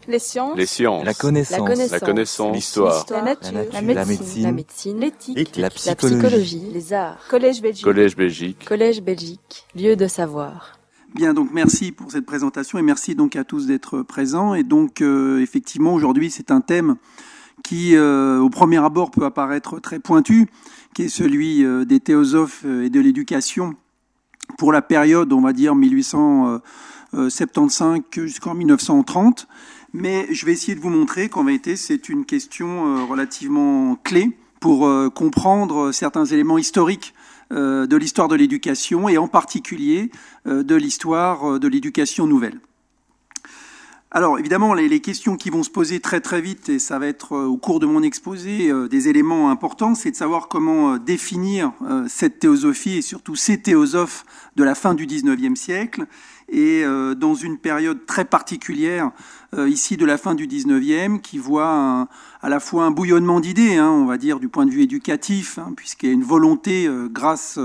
Les sciences. La connaissance. L'histoire. La nature. La médecine. L'éthique. La psychologie. Les arts. Collège Belgique. Lieu de savoir. Bien, donc merci pour cette présentation et merci donc à tous d'être présents. Et donc effectivement aujourd'hui c'est un thème qui au premier abord peut apparaître très pointu, qui est celui des théosophes et de l'éducation pour la période, on va dire 1875 jusqu'en 1930. Mais je vais essayer de vous montrer qu'en vérité c'est une question relativement clé pour comprendre certains éléments historiques de l'histoire de l'éducation et en particulier de l'histoire de l'éducation nouvelle. Alors évidemment les questions qui vont se poser très très vite, et ça va être au cours de mon exposé des éléments importants, c'est de savoir comment définir cette théosophie et surtout ces théosophes de la fin du XIXe siècle et dans une période très particulière ici de la fin du XIXe qui voit à la fois un bouillonnement d'idées, on va dire du point de vue éducatif, puisqu'il y a une volonté grâce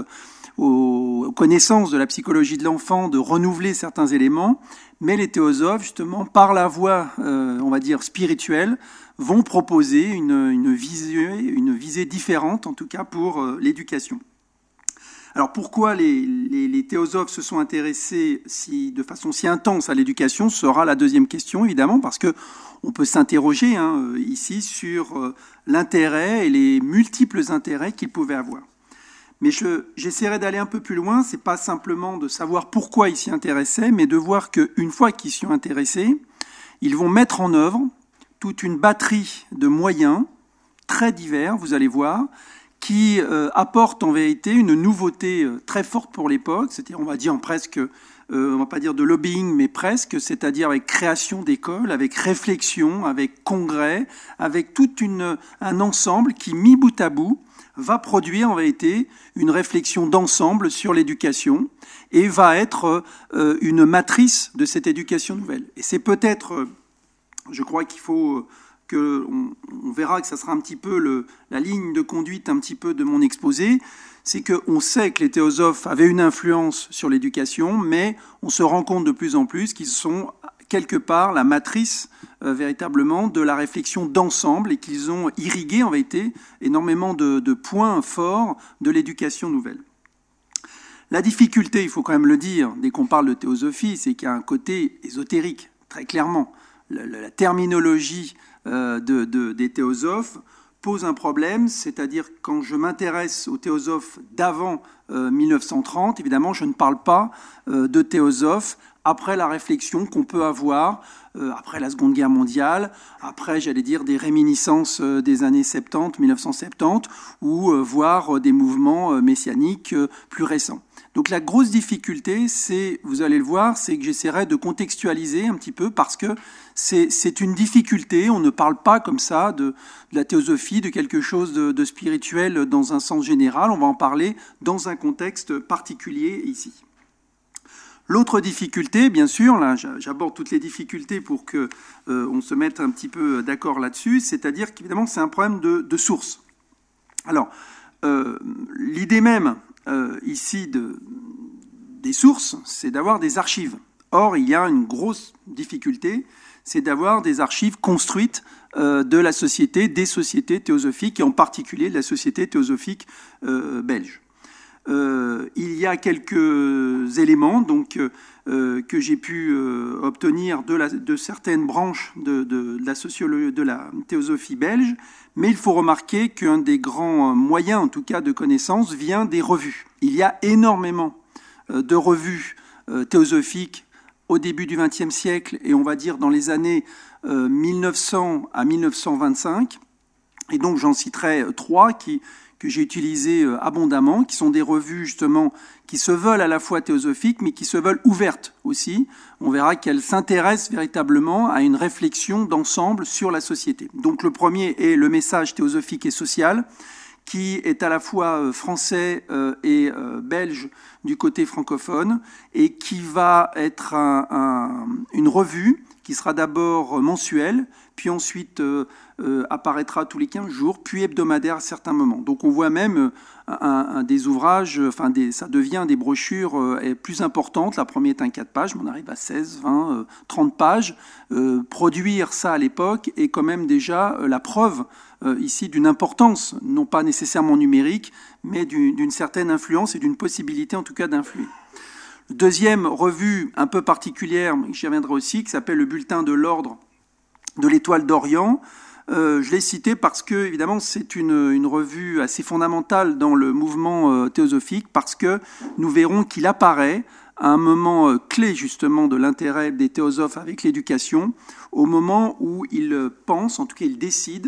aux connaissances de la psychologie de l'enfant de renouveler certains éléments, mais les théosophes, justement, par la voie, on va dire, spirituelle, vont proposer une visée différente, en tout cas pour l'éducation. Alors pourquoi les théosophes se sont intéressés de façon si intense à l'éducation sera la deuxième question, évidemment, parce que on peut s'interroger ici sur l'intérêt et les multiples intérêts qu'ils pouvaient avoir. Mais j'essaierai d'aller un peu plus loin, c'est pas simplement de savoir pourquoi ils s'y intéressaient, mais de voir qu'une fois qu'ils s'y sont intéressés, ils vont mettre en œuvre toute une batterie de moyens très divers, vous allez voir, qui apportent en vérité une nouveauté très forte pour l'époque, c'est-à-dire on va dire presque, on va pas dire de lobbying, mais presque, c'est-à-dire avec création d'écoles, avec réflexion, avec congrès, avec tout un ensemble qui, mis bout à bout, va produire en vérité une réflexion d'ensemble sur l'éducation et va être une matrice de cette éducation nouvelle. Et c'est peut-être, je crois qu'il faut on verra que ça sera un petit peu la ligne de conduite un petit peu de mon exposé, c'est qu'on sait que les théosophes avaient une influence sur l'éducation, mais on se rend compte de plus en plus qu'ils sont quelque part la matrice véritablement de la réflexion d'ensemble et qu'ils ont irrigué en vérité énormément de points forts de l'éducation nouvelle. La difficulté, il faut quand même le dire, dès qu'on parle de théosophie, c'est qu'il y a un côté ésotérique, très clairement. La terminologie des théosophes pose un problème, c'est-à-dire quand je m'intéresse aux théosophes d'avant 1930, évidemment, je ne parle pas de théosophes après la réflexion qu'on peut avoir après la Seconde Guerre mondiale, après, j'allais dire, des réminiscences des années 70, 1970, ou voire des mouvements messianiques plus récents. Donc la grosse difficulté, c'est, vous allez le voir, c'est que j'essaierai de contextualiser un petit peu parce que c'est une difficulté. On ne parle pas comme ça de la théosophie, de quelque chose de spirituel dans un sens général. On va en parler dans un contexte particulier ici. L'autre difficulté, bien sûr, là j'aborde toutes les difficultés pour que on se mette un petit peu d'accord là-dessus, c'est-à-dire qu'évidemment c'est un problème de source. Alors, l'idée même ici des sources, c'est d'avoir des archives. Or, il y a une grosse difficulté, c'est d'avoir des archives construites de la société, des sociétés théosophiques, et en particulier de la société théosophique belge. Il y a quelques éléments donc, que j'ai pu obtenir de certaines branches de la théosophie belge, mais il faut remarquer qu'un des grands moyens, en tout cas de connaissance, vient des revues. Il y a énormément de revues théosophiques au début du XXe siècle, et on va dire dans les années 1900 à 1925, et donc j'en citerai trois que j'ai utilisées abondamment, qui sont des revues justement qui se veulent à la fois théosophiques, mais qui se veulent ouvertes aussi. On verra qu'elles s'intéressent véritablement à une réflexion d'ensemble sur la société. Donc le premier est le message théosophique et social, qui est à la fois français et belge du côté francophone, et qui va être une revue qui sera d'abord mensuel, puis ensuite apparaîtra tous les 15 jours, puis hebdomadaire à certains moments. Donc on voit même des ouvrages, ça devient des brochures plus importantes. La première est un 4 pages, mais on arrive à 16, 20, 30 pages. Produire ça à l'époque est quand même déjà la preuve ici d'une importance, non pas nécessairement numérique, mais d'une certaine influence et d'une possibilité en tout cas d'influer. Deuxième revue un peu particulière, j'y reviendrai aussi, qui s'appelle le Bulletin de l'Ordre de l'Étoile d'Orient. Je l'ai cité parce que, évidemment, c'est une revue assez fondamentale dans le mouvement théosophique, parce que nous verrons qu'il apparaît à un moment clé, justement, de l'intérêt des théosophes avec l'éducation, au moment où ils pensent, en tout cas ils décident,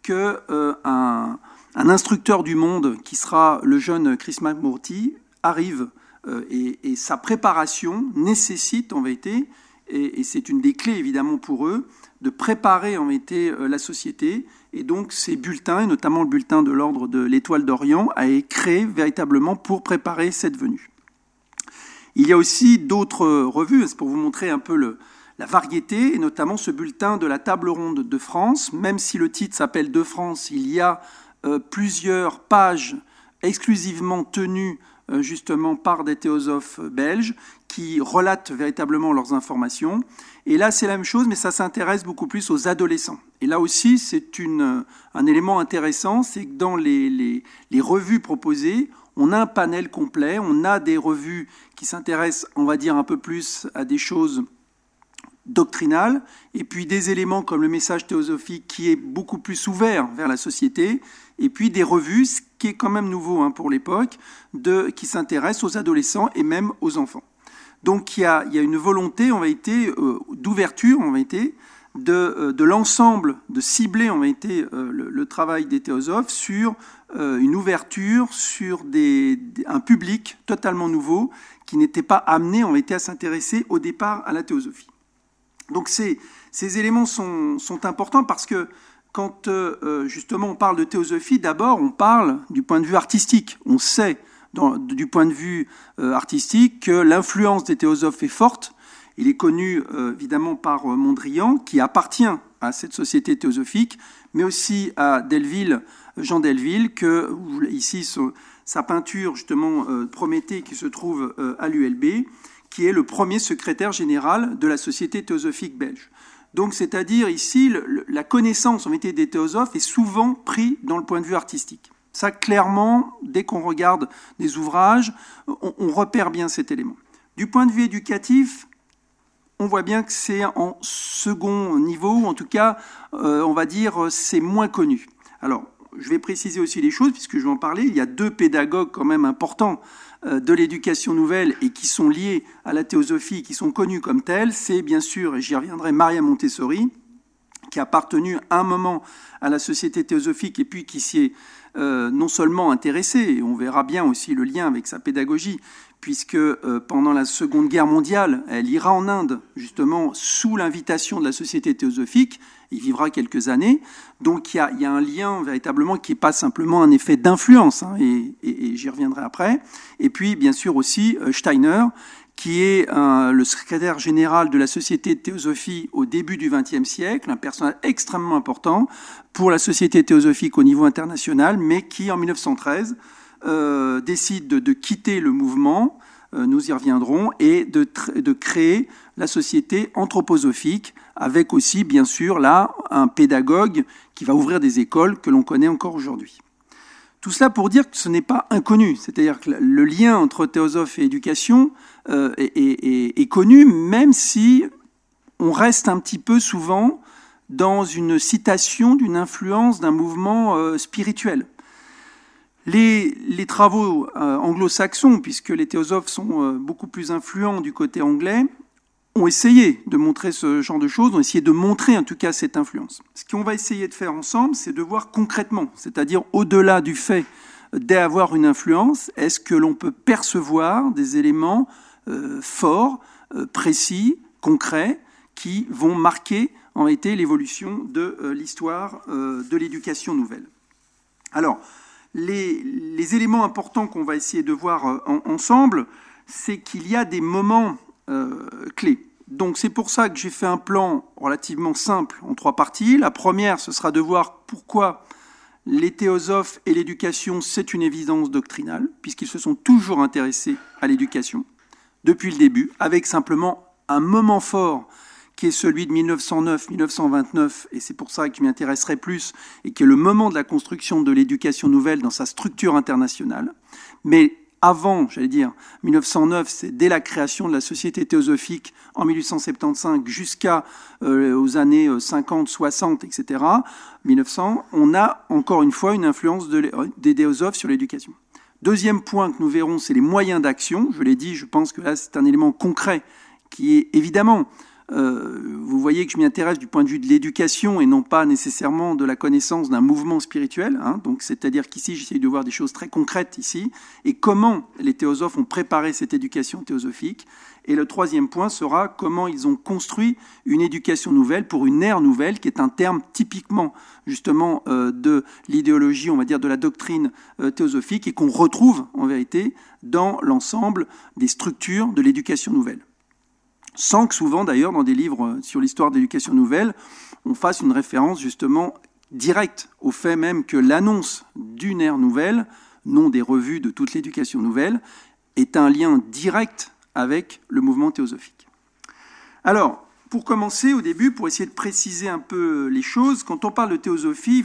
qu'un instructeur du monde, qui sera le jeune Krishnamurti, arrive. Et sa préparation nécessite en vérité, et c'est une des clés évidemment pour eux, de préparer en vérité la société. Et donc ces bulletins, et notamment le bulletin de l'Ordre de l'Étoile d'Orient, a été créé véritablement pour préparer cette venue. Il y a aussi d'autres revues, c'est pour vous montrer un peu la variété, et notamment ce bulletin de la Table ronde de France. Même si le titre s'appelle De France, il y a plusieurs pages exclusivement tenues justement par des théosophes belges qui relatent véritablement leurs informations. Et là, c'est la même chose, mais ça s'intéresse beaucoup plus aux adolescents. Et là aussi, c'est un élément intéressant, c'est que dans les revues proposées, on a un panel complet, on a des revues qui s'intéressent, on va dire, un peu plus à des choses doctrinales, et puis des éléments comme le message théosophique qui est beaucoup plus ouvert vers la société, et puis des revues, ce qui est quand même nouveau pour l'époque, qui s'intéressent aux adolescents et même aux enfants. Donc il y a une volonté d'ouverture de l'ensemble, de cibler le travail des théosophes sur une ouverture sur un public totalement nouveau qui n'était pas amené à s'intéresser au départ à la théosophie. Donc ces éléments sont importants parce que quand justement on parle de théosophie, d'abord on parle du point de vue artistique. On sait du point de vue artistique que l'influence des théosophes est forte. Il est connu évidemment par Mondrian, qui appartient à cette société théosophique, mais aussi à Delville, Jean Delville, que ici sa peinture justement Prométhée qui se trouve à l'ULB, qui est le premier secrétaire général de la Société théosophique belge. Donc, c'est-à-dire ici, la connaissance en vérité des théosophes est souvent prise dans le point de vue artistique. Ça, clairement, dès qu'on regarde des ouvrages, on repère bien cet élément. Du point de vue éducatif, on voit bien que c'est en second niveau, ou en tout cas, on va dire, c'est moins connu. Alors, je vais préciser aussi les choses, puisque je vais en parler. Il y a deux pédagogues quand même importants de l'éducation nouvelle et qui sont liés à la théosophie, qui sont connus comme tels. C'est bien sûr, et j'y reviendrai, Maria Montessori, qui a appartenu à un moment à la société théosophique et puis qui s'y est non seulement intéressée, et on verra bien aussi le lien avec sa pédagogie, puisque pendant la Seconde Guerre mondiale, elle ira en Inde, justement, sous l'invitation de la Société théosophique. Il vivra quelques années. Donc il y a un lien véritablement qui n'est pas simplement un effet d'influence, et j'y reviendrai après. Et puis, bien sûr, aussi Steiner, qui est le secrétaire général de la Société de théosophie au début du XXe siècle, un personnage extrêmement important pour la Société théosophique au niveau international, mais qui, en 1913, décide de quitter le mouvement, nous y reviendrons, et de créer la société anthroposophique, avec aussi, bien sûr, là, un pédagogue qui va ouvrir des écoles que l'on connaît encore aujourd'hui. Tout cela pour dire que ce n'est pas inconnu, c'est-à-dire que le lien entre théosophe et éducation est connu, même si on reste un petit peu souvent dans une citation d'une influence d'un mouvement spirituel. Les travaux anglo-saxons, puisque les théosophes sont beaucoup plus influents du côté anglais, ont essayé de montrer ce genre de choses, ont essayé de montrer en tout cas cette influence. Ce qu'on va essayer de faire ensemble, c'est de voir concrètement, c'est-à-dire au-delà du fait d'avoir une influence, est-ce que l'on peut percevoir des éléments forts, précis, concrets, qui vont marquer en réalité l'évolution de l'histoire de l'éducation nouvelle. Alors, les éléments importants qu'on va essayer de voir ensemble, c'est qu'il y a des moments clés. Donc c'est pour ça que j'ai fait un plan relativement simple en 3 parties. La première, ce sera de voir pourquoi les théosophes et l'éducation, c'est une évidence doctrinale, puisqu'ils se sont toujours intéressés à l'éducation, depuis le début, avec simplement un moment fort qui est celui de 1909-1929, et c'est pour ça que je m'y intéresserai plus, et qui est le moment de la construction de l'éducation nouvelle dans sa structure internationale. Mais avant, 1909, c'est dès la création de la Société théosophique en 1875 jusqu'à aux années 50, 60, etc., 1900, on a encore une fois une influence des théosophes sur l'éducation. Deuxième point que nous verrons, c'est les moyens d'action. Je l'ai dit, je pense que là, c'est un élément concret qui est évidemment... vous voyez que je m'y intéresse du point de vue de l'éducation et non pas nécessairement de la connaissance d'un mouvement spirituel. Donc, c'est-à-dire qu'ici, j'essaie de voir des choses très concrètes ici et comment les théosophes ont préparé cette éducation théosophique. Et le troisième point sera comment ils ont construit une éducation nouvelle pour une ère nouvelle, qui est un terme typiquement justement de l'idéologie, on va dire de la doctrine théosophique et qu'on retrouve en vérité dans l'ensemble des structures de l'éducation nouvelle. Sans que souvent, d'ailleurs, dans des livres sur l'histoire de l'éducation nouvelle, on fasse une référence justement directe au fait même que l'annonce d'une ère nouvelle, non des revues de toute l'éducation nouvelle, est un lien direct avec le mouvement théosophique. Alors, pour commencer, au début, pour essayer de préciser un peu les choses, quand on parle de théosophie,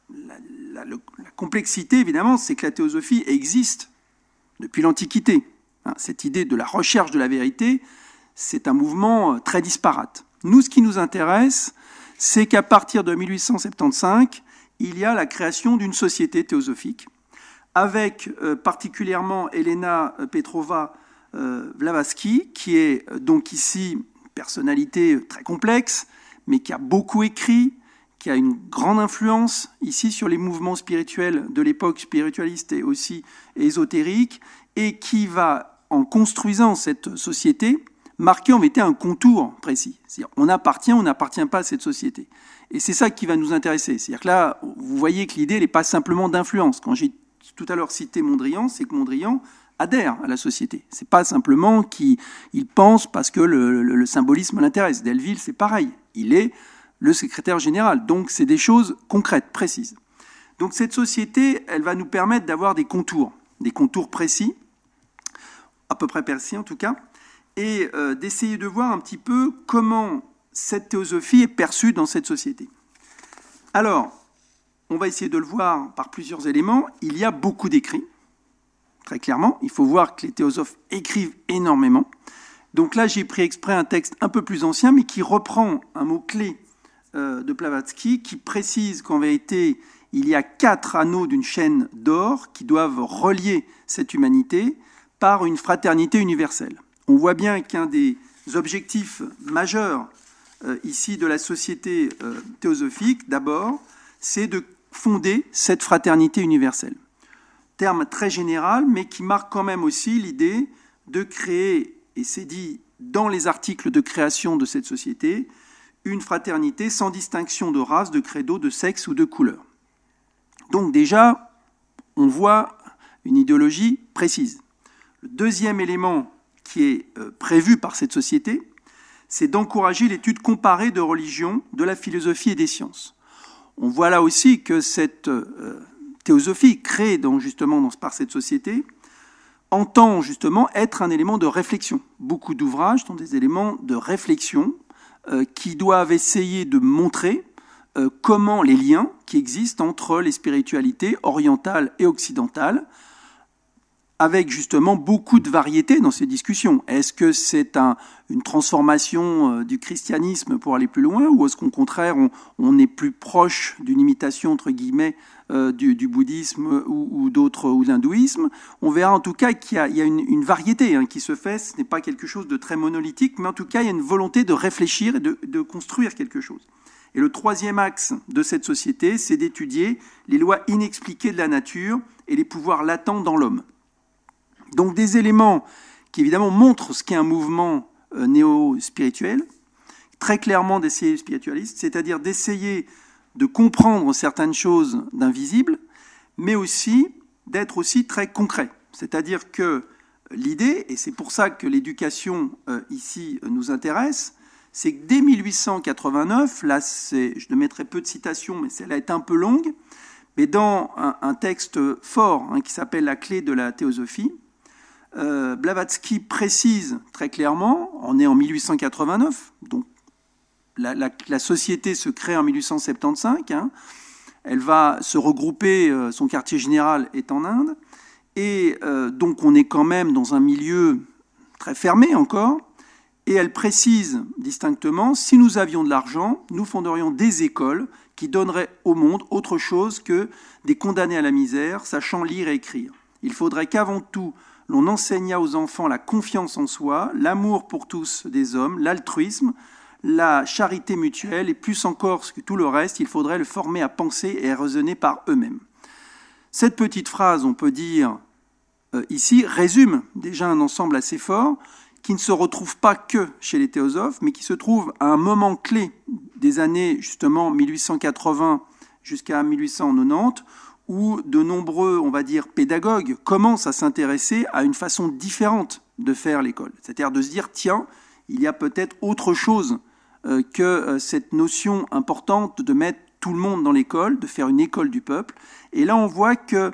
la complexité, évidemment, c'est que la théosophie existe depuis l'Antiquité. Cette idée de la recherche de la vérité, c'est un mouvement très disparate. Nous, ce qui nous intéresse, c'est qu'à partir de 1875, il y a la création d'une société théosophique, avec particulièrement Elena Petrova Blavatsky, qui est donc ici une personnalité très complexe, mais qui a beaucoup écrit, qui a une grande influence ici sur les mouvements spirituels de l'époque spiritualiste et aussi ésotérique, et qui va, en construisant cette société, marquer en vérité un contour précis. C'est-à-dire, on n'appartient pas à cette société. Et c'est ça qui va nous intéresser. C'est-à-dire que là, vous voyez que l'idée n'est pas simplement d'influence. Quand j'ai tout à l'heure cité Mondrian, c'est que Mondrian adhère à la société. C'est pas simplement qu'il pense parce que le symbolisme l'intéresse. Delville, c'est pareil. Il est le secrétaire général. Donc, c'est des choses concrètes, précises. Donc, cette société, elle va nous permettre d'avoir des contours précis, à peu près précis en tout cas, et d'essayer de voir un petit peu comment cette théosophie est perçue dans cette société. Alors, on va essayer de le voir par plusieurs éléments. Il y a beaucoup d'écrits, très clairement. Il faut voir que les théosophes écrivent énormément. Donc là, j'ai pris exprès un texte un peu plus ancien, mais qui reprend un mot-clé de Blavatsky, qui précise qu'en vérité, il y a 4 anneaux d'une chaîne d'or qui doivent relier cette humanité par une fraternité universelle. On voit bien qu'un des objectifs majeurs ici de la société théosophique, d'abord, c'est de fonder cette fraternité universelle. Terme très général, mais qui marque quand même aussi l'idée de créer, et c'est dit dans les articles de création de cette société, une fraternité sans distinction de race, de credo, de sexe ou de couleur. Donc déjà, on voit une idéologie précise. Le deuxième élément qui est prévu par cette société, c'est d'encourager l'étude comparée de religion, de la philosophie et des sciences. On voit là aussi que cette théosophie créée par cette société entend justement être un élément de réflexion. Beaucoup d'ouvrages sont des éléments de réflexion qui doivent essayer de montrer comment les liens qui existent entre les spiritualités orientales et occidentales, avec justement beaucoup de variété dans ces discussions. Est-ce que c'est une transformation du christianisme pour aller plus loin, ou est-ce qu'au contraire on est plus proche d'une imitation entre guillemets du bouddhisme ou l'hindouisme? On verra en tout cas qu'il y a une variété qui se fait. Ce n'est pas quelque chose de très monolithique, mais en tout cas il y a une volonté de réfléchir et de construire quelque chose. Et le troisième axe de cette société, c'est d'étudier les lois inexpliquées de la nature et les pouvoirs latents dans l'homme. Donc des éléments qui évidemment montrent ce qu'est un mouvement néo-spirituel, très clairement d'essayer spiritualiste, c'est-à-dire d'essayer de comprendre certaines choses d'invisible, mais aussi d'être aussi très concret. C'est-à-dire que l'idée, et c'est pour ça que l'éducation ici nous intéresse, c'est que dès 1889, là je mettrai peu de citations, mais celle-là est un peu longue, mais dans un texte fort qui s'appelle « La clé de la théosophie », Blavatsky précise très clairement, on est en 1889, donc la société se crée en 1875, elle va se regrouper, son quartier général est en Inde, et donc on est quand même dans un milieu très fermé encore, et elle précise distinctement, si nous avions de l'argent, nous fonderions des écoles qui donneraient au monde autre chose que des condamnés à la misère, sachant lire et écrire. Il faudrait qu'avant tout, l'on enseignât aux enfants la confiance en soi, l'amour pour tous des hommes, l'altruisme, la charité mutuelle, et plus encore que tout le reste, il faudrait le former à penser et à raisonner par eux-mêmes. Cette petite phrase, on peut dire ici, résume déjà un ensemble assez fort, qui ne se retrouve pas que chez les théosophes, mais qui se trouve à un moment clé des années justement 1880 jusqu'à 1890, où de nombreux, on va dire, pédagogues commencent à s'intéresser à une façon différente de faire l'école. C'est-à-dire de se dire, tiens, il y a peut-être autre chose que cette notion importante de mettre tout le monde dans l'école, de faire une école du peuple. Et là, on voit qu'elle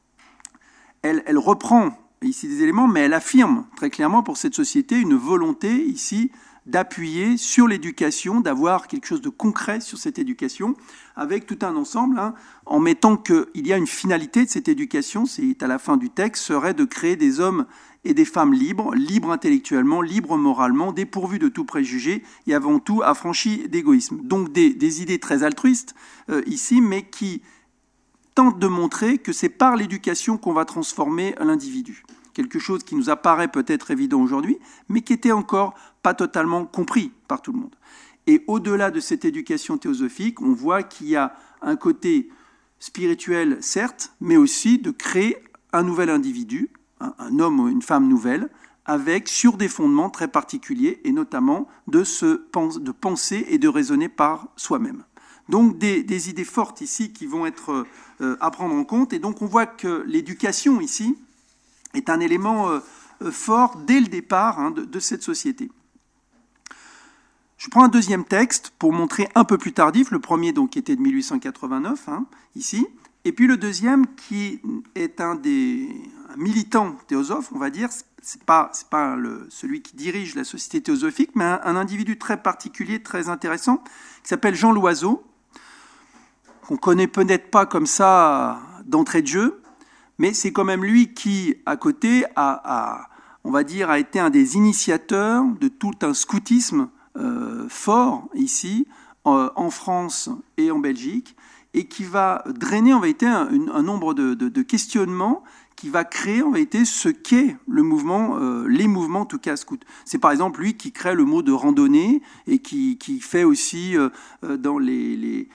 reprend ici des éléments, mais elle affirme très clairement pour cette société une volonté ici d'appuyer sur l'éducation, d'avoir quelque chose de concret sur cette éducation, avec tout un ensemble, en mettant qu'il y a une finalité de cette éducation, c'est à la fin du texte, serait de créer des hommes et des femmes libres, libres intellectuellement, libres moralement, dépourvus de tout préjugé et avant tout affranchis d'égoïsme. Donc des idées très altruistes ici, mais qui tentent de montrer que c'est par l'éducation qu'on va transformer l'individu. Quelque chose qui nous apparaît peut-être évident aujourd'hui, mais qui était encore pas totalement compris par tout le monde. Et au-delà de cette éducation théosophique, on voit qu'il y a un côté spirituel, certes, mais aussi de créer un nouvel individu, un homme ou une femme nouvelle, avec sur des fondements très particuliers, et notamment de penser et de raisonner par soi-même. Donc des idées fortes ici qui vont être à prendre en compte, et donc on voit que l'éducation ici est un élément fort dès le départ de cette société. Je prends un deuxième texte pour montrer un peu plus tardif, le premier donc qui était de 1889, ici, et puis le deuxième qui est un militant théosophe, on va dire, c'est pas celui qui dirige la société théosophique, mais un individu très particulier, très intéressant, qui s'appelle Jean Loiseau, qu'on connaît peut-être pas comme ça d'entrée de jeu, mais c'est quand même lui qui, à côté, a été un des initiateurs de tout un scoutisme fort ici, en France et en Belgique, et qui va drainer en vérité un nombre de questionnements qui va créer en vérité ce qu'est le mouvement, les mouvements en tout cas scouts. C'est par exemple lui qui crée le mot de randonnée et qui fait aussi dans les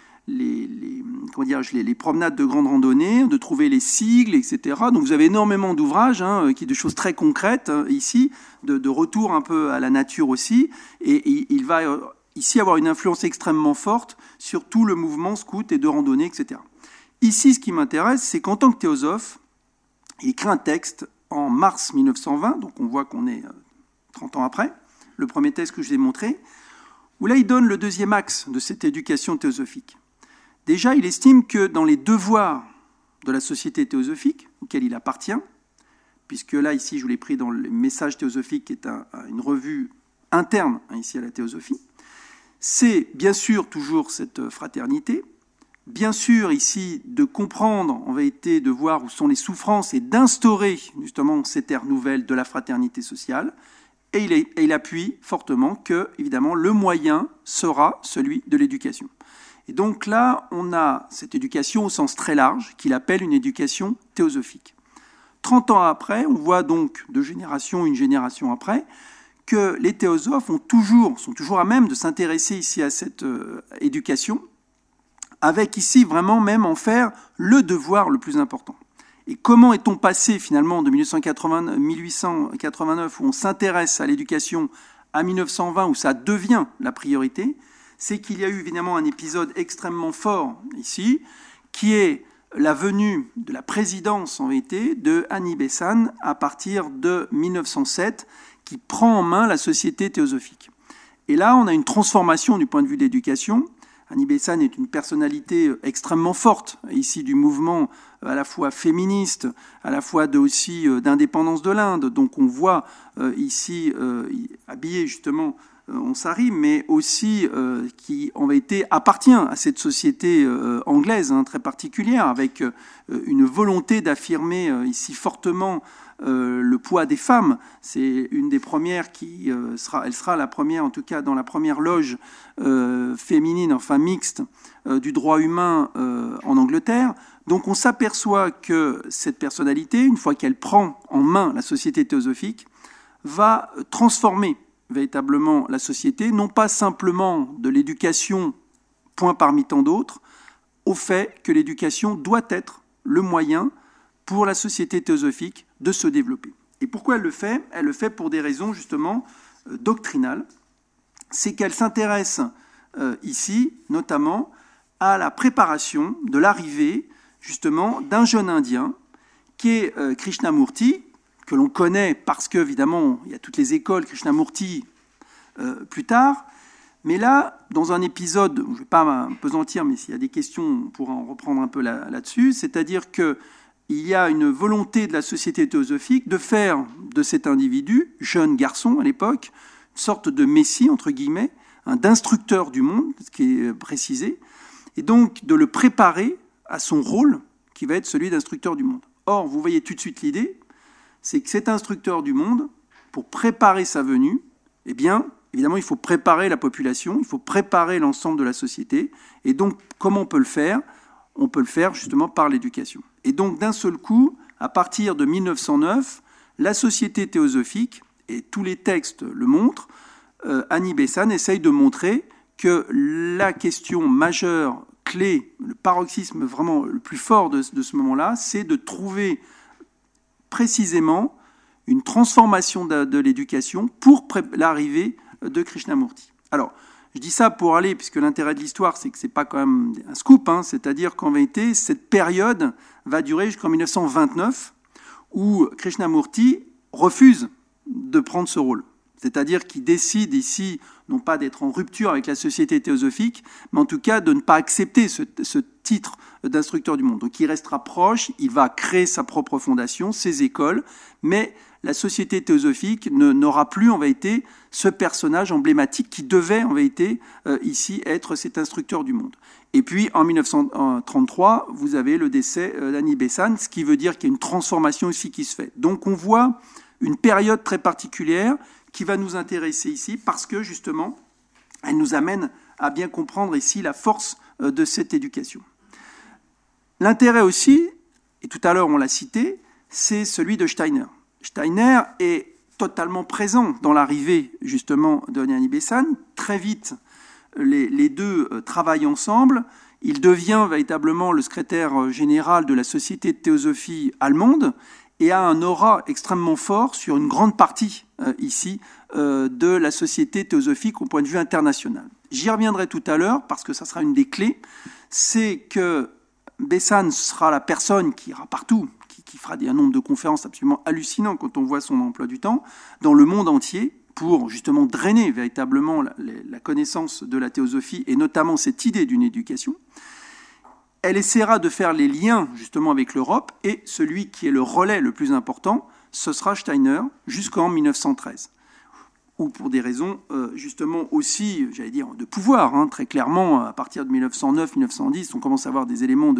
promenades de grande randonnée, de trouver les sigles, etc. Donc vous avez énormément d'ouvrages, de choses très concrètes ici, de retour un peu à la nature aussi, et il va ici avoir une influence extrêmement forte sur tout le mouvement scout et de randonnée, etc. Ici, ce qui m'intéresse, c'est qu'en tant que théosophe, il crée un texte en mars 1920, donc on voit qu'on est 30 ans après, le premier texte que je vous ai montré, où là il donne le deuxième axe de cette éducation théosophique. Déjà, il estime que dans les devoirs de la société théosophique, auquel il appartient, puisque là, ici, je vous l'ai pris dans le Message théosophique, qui est une revue interne ici à la théosophie, c'est bien sûr toujours cette fraternité, bien sûr ici de comprendre, en vérité, de voir où sont les souffrances et d'instaurer justement cette ère nouvelle de la fraternité sociale, et il appuie fortement que, évidemment, le moyen sera celui de l'éducation. Et donc là, on a cette éducation au sens très large, qu'il appelle une éducation théosophique. 30 ans après, on voit donc une génération après, que les théosophes sont toujours à même de s'intéresser ici à cette éducation, avec ici vraiment même en faire le devoir le plus important. Et comment est-on passé finalement de 1889, où on s'intéresse à l'éducation, à 1920, où ça devient la priorité? C'est qu'il y a eu évidemment un épisode extrêmement fort ici, qui est la venue de la présidence en vérité de Annie Besant à partir de 1907, qui prend en main la société théosophique. Et là, on a une transformation du point de vue de l'éducation. Annie Besant est une personnalité extrêmement forte, ici du mouvement à la fois féministe, à la fois aussi d'indépendance de l'Inde. Donc on voit ici habillé justement en sari, mais aussi qui en vérité appartient à cette société anglaise très particulière, avec une volonté d'affirmer ici fortement le poids des femmes. C'est une des premières elle sera la première, en tout cas dans la première loge féminine, enfin mixte, du droit humain en Angleterre. Donc on s'aperçoit que cette personnalité, une fois qu'elle prend en main la société théosophique, va transformer véritablement la société, non pas simplement de l'éducation, point parmi tant d'autres, au fait que l'éducation doit être le moyen pour la société théosophique de se développer. Et pourquoi elle le fait ? Elle le fait pour des raisons justement doctrinales. C'est qu'elle s'intéresse ici notamment à la préparation de l'arrivée justement d'un jeune Indien qui est Krishnamurti, que l'on connaît parce que évidemment il y a toutes les écoles Krishnamurti plus tard. Mais là, dans un épisode, je ne vais pas m'apesantir, mais s'il y a des questions, on pourra en reprendre un peu là-dessus, c'est-à-dire que il y a une volonté de la société théosophique de faire de cet individu, jeune garçon à l'époque, une sorte de messie, entre guillemets, d'instructeur du monde, ce qui est précisé, et donc de le préparer à son rôle qui va être celui d'instructeur du monde. Or, vous voyez tout de suite l'idée, c'est que cet instructeur du monde, pour préparer sa venue, eh bien, évidemment, il faut préparer la population, il faut préparer l'ensemble de la société, et donc, comment on peut le faire ? On peut le faire justement par l'éducation. Et donc, d'un seul coup, à partir de 1909, la société théosophique, et tous les textes le montrent, Annie Besant essaye de montrer que la question majeure, clé, le paroxysme vraiment le plus fort de ce moment-là, c'est de trouver précisément une transformation de l'éducation pour l'arrivée de Krishnamurti. Alors, je dis ça pour aller, puisque l'intérêt de l'histoire, c'est que c'est pas quand même un scoop, c'est-à-dire qu'en vérité, cette période va durer jusqu'en 1929, où Krishnamurti refuse de prendre ce rôle. C'est-à-dire qu'il décide ici, non pas d'être en rupture avec la société théosophique, mais en tout cas de ne pas accepter ce titre d'instructeur du monde. Donc il restera proche, il va créer sa propre fondation, ses écoles, mais la société théosophique n'aura plus en vérité ce personnage emblématique qui devait en vérité ici être cet instructeur du monde. Et puis en 1933, vous avez le décès d'Annie Besant, ce qui veut dire qu'il y a une transformation aussi qui se fait. Donc on voit une période très particulière qui va nous intéresser ici parce que justement, elle nous amène à bien comprendre ici la force de cette éducation. L'intérêt aussi, et tout à l'heure on l'a cité, c'est celui de Steiner. Steiner est totalement présent dans l'arrivée justement de Annie Besant. Très vite, les deux travaillent ensemble. Il devient véritablement le secrétaire général de la Société de théosophie allemande et a un aura extrêmement fort sur une grande partie ici de la société théosophique au point de vue international. J'y reviendrai tout à l'heure parce que ça sera une des clés. C'est que Besant sera la personne qui ira partout, qui fera un nombre de conférences absolument hallucinant quand on voit son emploi du temps, dans le monde entier, pour justement drainer véritablement la connaissance de la théosophie et notamment cette idée d'une éducation. Elle essaiera de faire les liens justement avec l'Europe et celui qui est le relais le plus important, ce sera Steiner jusqu'en 1913. Ou pour des raisons justement aussi, j'allais dire, de pouvoir. Très clairement, à partir de 1909-1910, on commence à avoir des éléments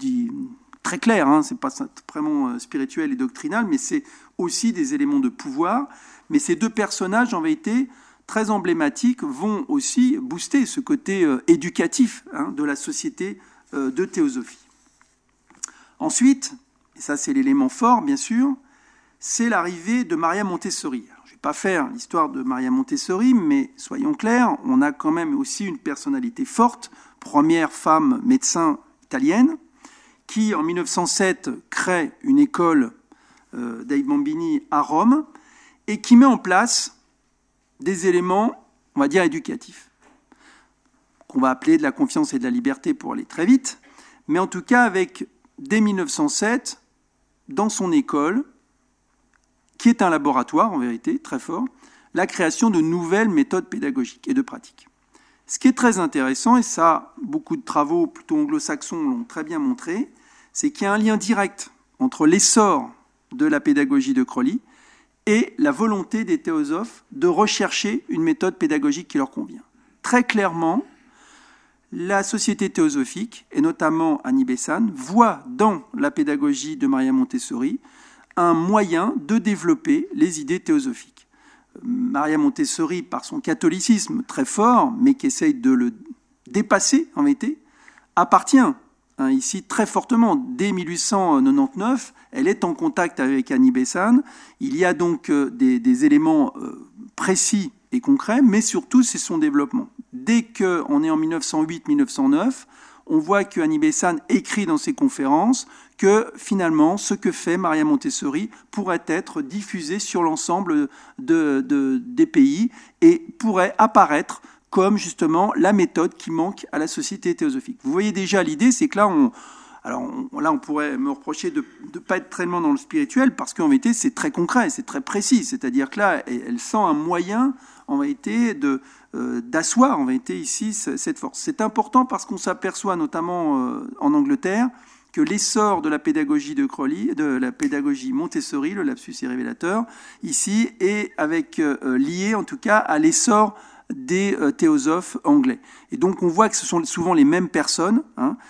très clairs. C'est pas vraiment spirituel et doctrinal, mais c'est aussi des éléments de pouvoir. Mais ces deux personnages, en vérité, très emblématiques, vont aussi booster ce côté éducatif de la société de théosophie. Ensuite, et ça c'est l'élément fort, bien sûr, c'est l'arrivée de Maria Montessori. Alors, je ne vais pas faire l'histoire de Maria Montessori, mais soyons clairs, on a quand même aussi une personnalité forte, première femme médecin italienne, qui en 1907 crée une école dei Bambini à Rome, et qui met en place des éléments, on va dire, éducatifs, qu'on va appeler de la confiance et de la liberté pour aller très vite, mais en tout cas avec, dès 1907, dans son école, qui est un laboratoire en vérité, très fort, la création de nouvelles méthodes pédagogiques et de pratiques. Ce qui est très intéressant, et ça, beaucoup de travaux plutôt anglo-saxons l'ont très bien montré, c'est qu'il y a un lien direct entre l'essor de la pédagogie de Crowley et la volonté des théosophes de rechercher une méthode pédagogique qui leur convient. Très clairement, la société théosophique, et notamment Annie Besant, voit dans la pédagogie de Maria Montessori un moyen de développer les idées théosophiques. Maria Montessori, par son catholicisme très fort, mais qui essaye de le dépasser, en vérité, appartient ici très fortement. Dès 1899, elle est en contact avec Annie Besant. Il y a donc des éléments précis et concret, mais surtout c'est son développement. Dès qu'on est en 1908-1909, on voit que Annie Besant écrit dans ses conférences que finalement ce que fait Maria Montessori pourrait être diffusé sur l'ensemble des pays et pourrait apparaître comme justement la méthode qui manque à la société théosophique. Vous voyez déjà l'idée, c'est que là on pourrait me reprocher de ne pas être tellement dans le spirituel parce qu'en vérité c'est très concret, c'est très précis, c'est-à-dire que là elle sent un moyen en vérité d'asseoir en vérité ici cette force. C'est important parce qu'on s'aperçoit notamment en Angleterre que l'essor de la pédagogie de Crowley, de la pédagogie Montessori, le lapsus est révélateur, ici est lié en tout cas à l'essor des théosophes anglais. Et donc on voit que ce sont souvent les mêmes personnes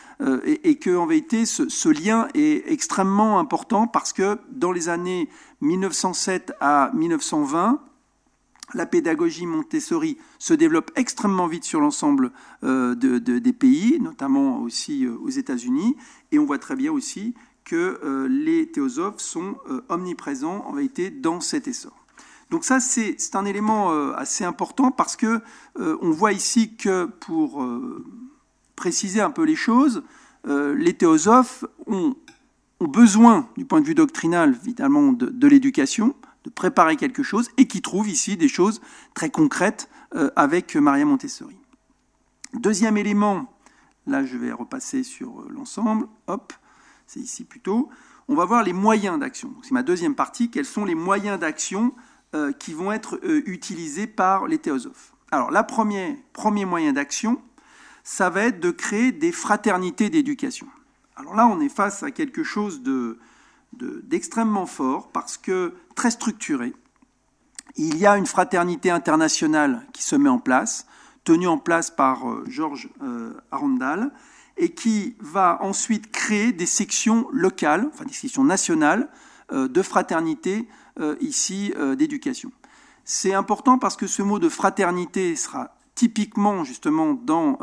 et que en vérité ce lien est extrêmement important parce que dans les années 1907 à 1920, la pédagogie Montessori se développe extrêmement vite sur l'ensemble des pays, notamment aussi aux États-Unis, et on voit très bien aussi que les théosophes sont omniprésents en vérité dans cet essor. Donc ça, c'est un élément assez important parce que on voit ici que, pour préciser un peu les choses, les théosophes ont besoin, du point de vue doctrinal, évidemment, de l'éducation, de préparer quelque chose, et qui trouvent ici des choses très concrètes avec Maria Montessori. Deuxième élément, là je vais repasser sur l'ensemble, hop, c'est ici plutôt, on va voir les moyens d'action. C'est ma deuxième partie, quels sont les moyens d'action qui vont être utilisés par les théosophes. Alors, le premier moyen d'action, ça va être de créer des fraternités d'éducation. Alors là, on est face à quelque chose d'extrêmement fort, parce que très structuré. Il y a une fraternité internationale qui se met en place, tenue en place par George Arundel, et qui va ensuite créer des sections locales, enfin des sections nationales, de fraternité ici d'éducation. C'est important parce que ce mot de fraternité sera typiquement justement dans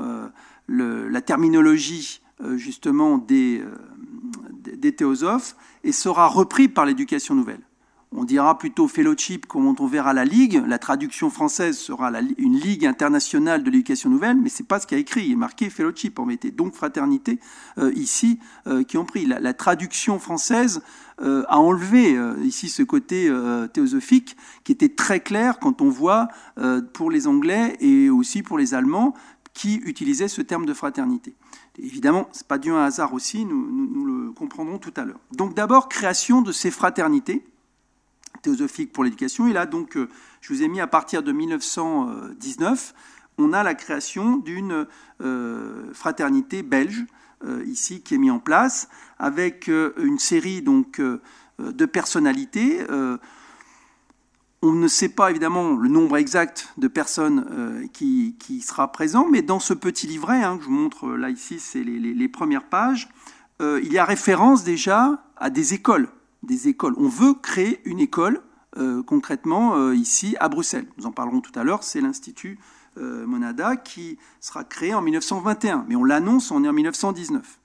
la terminologie justement des théosophes et sera repris par l'éducation nouvelle. On dira plutôt fellowship, comme on verra la Ligue. La traduction française sera une Ligue internationale de l'éducation nouvelle, mais c'est pas ce qu'il y a écrit. Il est marqué fellowship en vérité. Donc fraternité ici qui ont pris. La traduction française a enlevé ici ce côté théosophique qui était très clair quand on voit pour les Anglais et aussi pour les Allemands qui utilisaient ce terme de fraternité. Et évidemment, c'est pas dû à un hasard aussi. Nous le comprendrons tout à l'heure. Donc d'abord création de ces fraternités théosophique pour l'éducation. Et là, donc, je vous ai mis à partir de 1919, on a la création d'une fraternité belge, ici, qui est mise en place, avec une série donc, de personnalités. On ne sait pas, évidemment, le nombre exact de personnes qui sera présent, mais dans ce petit livret, que je vous montre là, ici, c'est les premières pages, il y a référence déjà à des écoles. On veut créer une école, concrètement, ici, à Bruxelles. Nous en parlerons tout à l'heure, c'est l'Institut Monada qui sera créé en 1921. Mais on l'annonce, on est en 1919.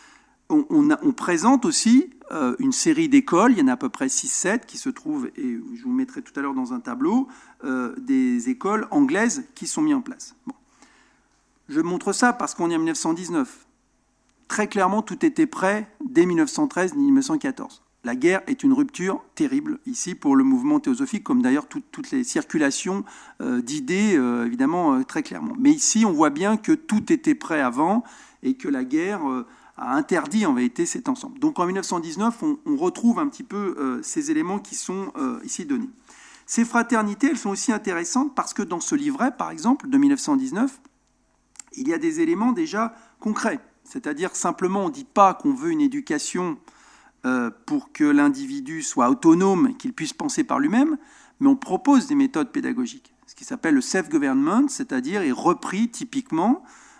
On présente aussi une série d'écoles, il y en a à peu près 6-7 qui se trouvent, et je vous mettrai tout à l'heure dans un tableau, des écoles anglaises qui sont mises en place. Bon. Je montre ça parce qu'on est en 1919. Très clairement, tout était prêt dès 1913-1914. La guerre est une rupture terrible ici pour le mouvement théosophique, comme d'ailleurs toutes les circulations d'idées, évidemment, très clairement. Mais ici, on voit bien que tout était prêt avant et que la guerre a interdit en vérité cet ensemble. Donc en 1919, on retrouve un petit peu ces éléments qui sont ici donnés. Ces fraternités, elles sont aussi intéressantes parce que dans ce livret, par exemple, de 1919, il y a des éléments déjà concrets. C'est-à-dire simplement, on ne dit pas qu'on veut une éducation pour que l'individu soit autonome et qu'il puisse penser par lui-même, mais on propose des méthodes pédagogiques. Ce qui s'appelle le self-government, c'est-à-dire est repris typiquement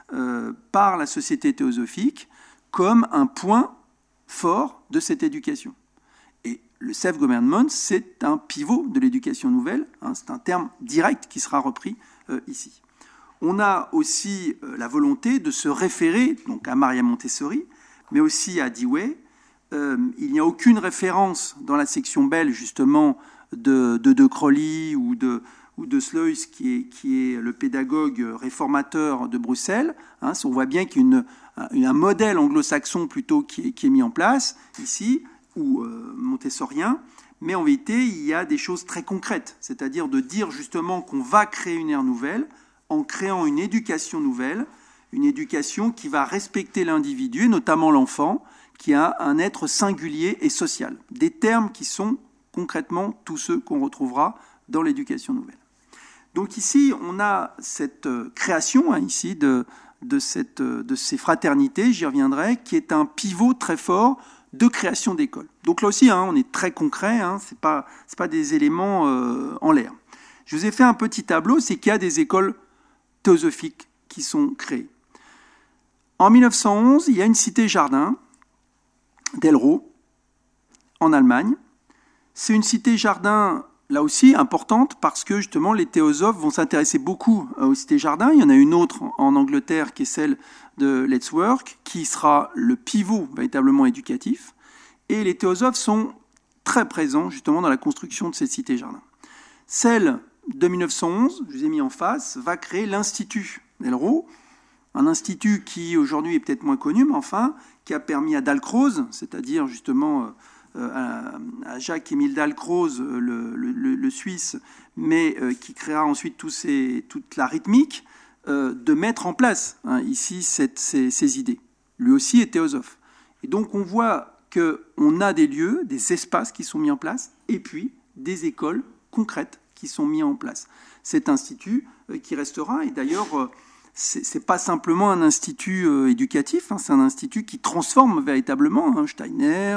par la société théosophique comme un point fort de cette éducation. Et le self-government, c'est un pivot de l'éducation nouvelle, c'est un terme direct qui sera repris ici. On a aussi la volonté de se référer donc à Maria Montessori, mais aussi à Dewey. Il n'y a aucune référence dans la section belge, justement, de Crowley ou de Sluys, qui est le pédagogue réformateur de Bruxelles. On voit bien qu'il y a un modèle anglo-saxon plutôt qui est mis en place ici, ou montessorien, mais en vérité, il y a des choses très concrètes, c'est-à-dire de dire justement qu'on va créer une ère nouvelle en créant une éducation nouvelle, une éducation qui va respecter l'individu, et notamment l'enfant, qui a un être singulier et social. Des termes qui sont concrètement tous ceux qu'on retrouvera dans l'éducation nouvelle. Donc ici, on a cette création ici de ces fraternités, j'y reviendrai, qui est un pivot très fort de création d'écoles. Donc là aussi, on est très concret, c'est pas des éléments en l'air. Je vous ai fait un petit tableau, c'est qu'il y a des écoles théosophiques qui sont créées. En 1911, il y a une cité-jardin d'Elro, en Allemagne. C'est une cité-jardin, là aussi, importante, parce que justement, les théosophes vont s'intéresser beaucoup aux cités-jardins. Il y en a une autre en Angleterre, qui est celle de Let's Work, qui sera le pivot véritablement éducatif. Et les théosophes sont très présents, justement, dans la construction de ces cités-jardins. Celle de 1911, je vous ai mis en face, va créer l'Institut d'Elro, un institut qui aujourd'hui est peut-être moins connu, mais enfin, qui a permis à Dalcroze, c'est-à-dire justement à Jacques-Émile Dalcroze, le Suisse, mais qui créera ensuite toute la rythmique, de mettre en place ici ces idées. Lui aussi est théosophe. Et donc on voit qu'on a des lieux, des espaces qui sont mis en place, et puis des écoles concrètes qui sont mises en place. Cet institut qui restera, et d'ailleurs, c'est pas simplement un institut éducatif, c'est un institut qui transforme véritablement Steiner,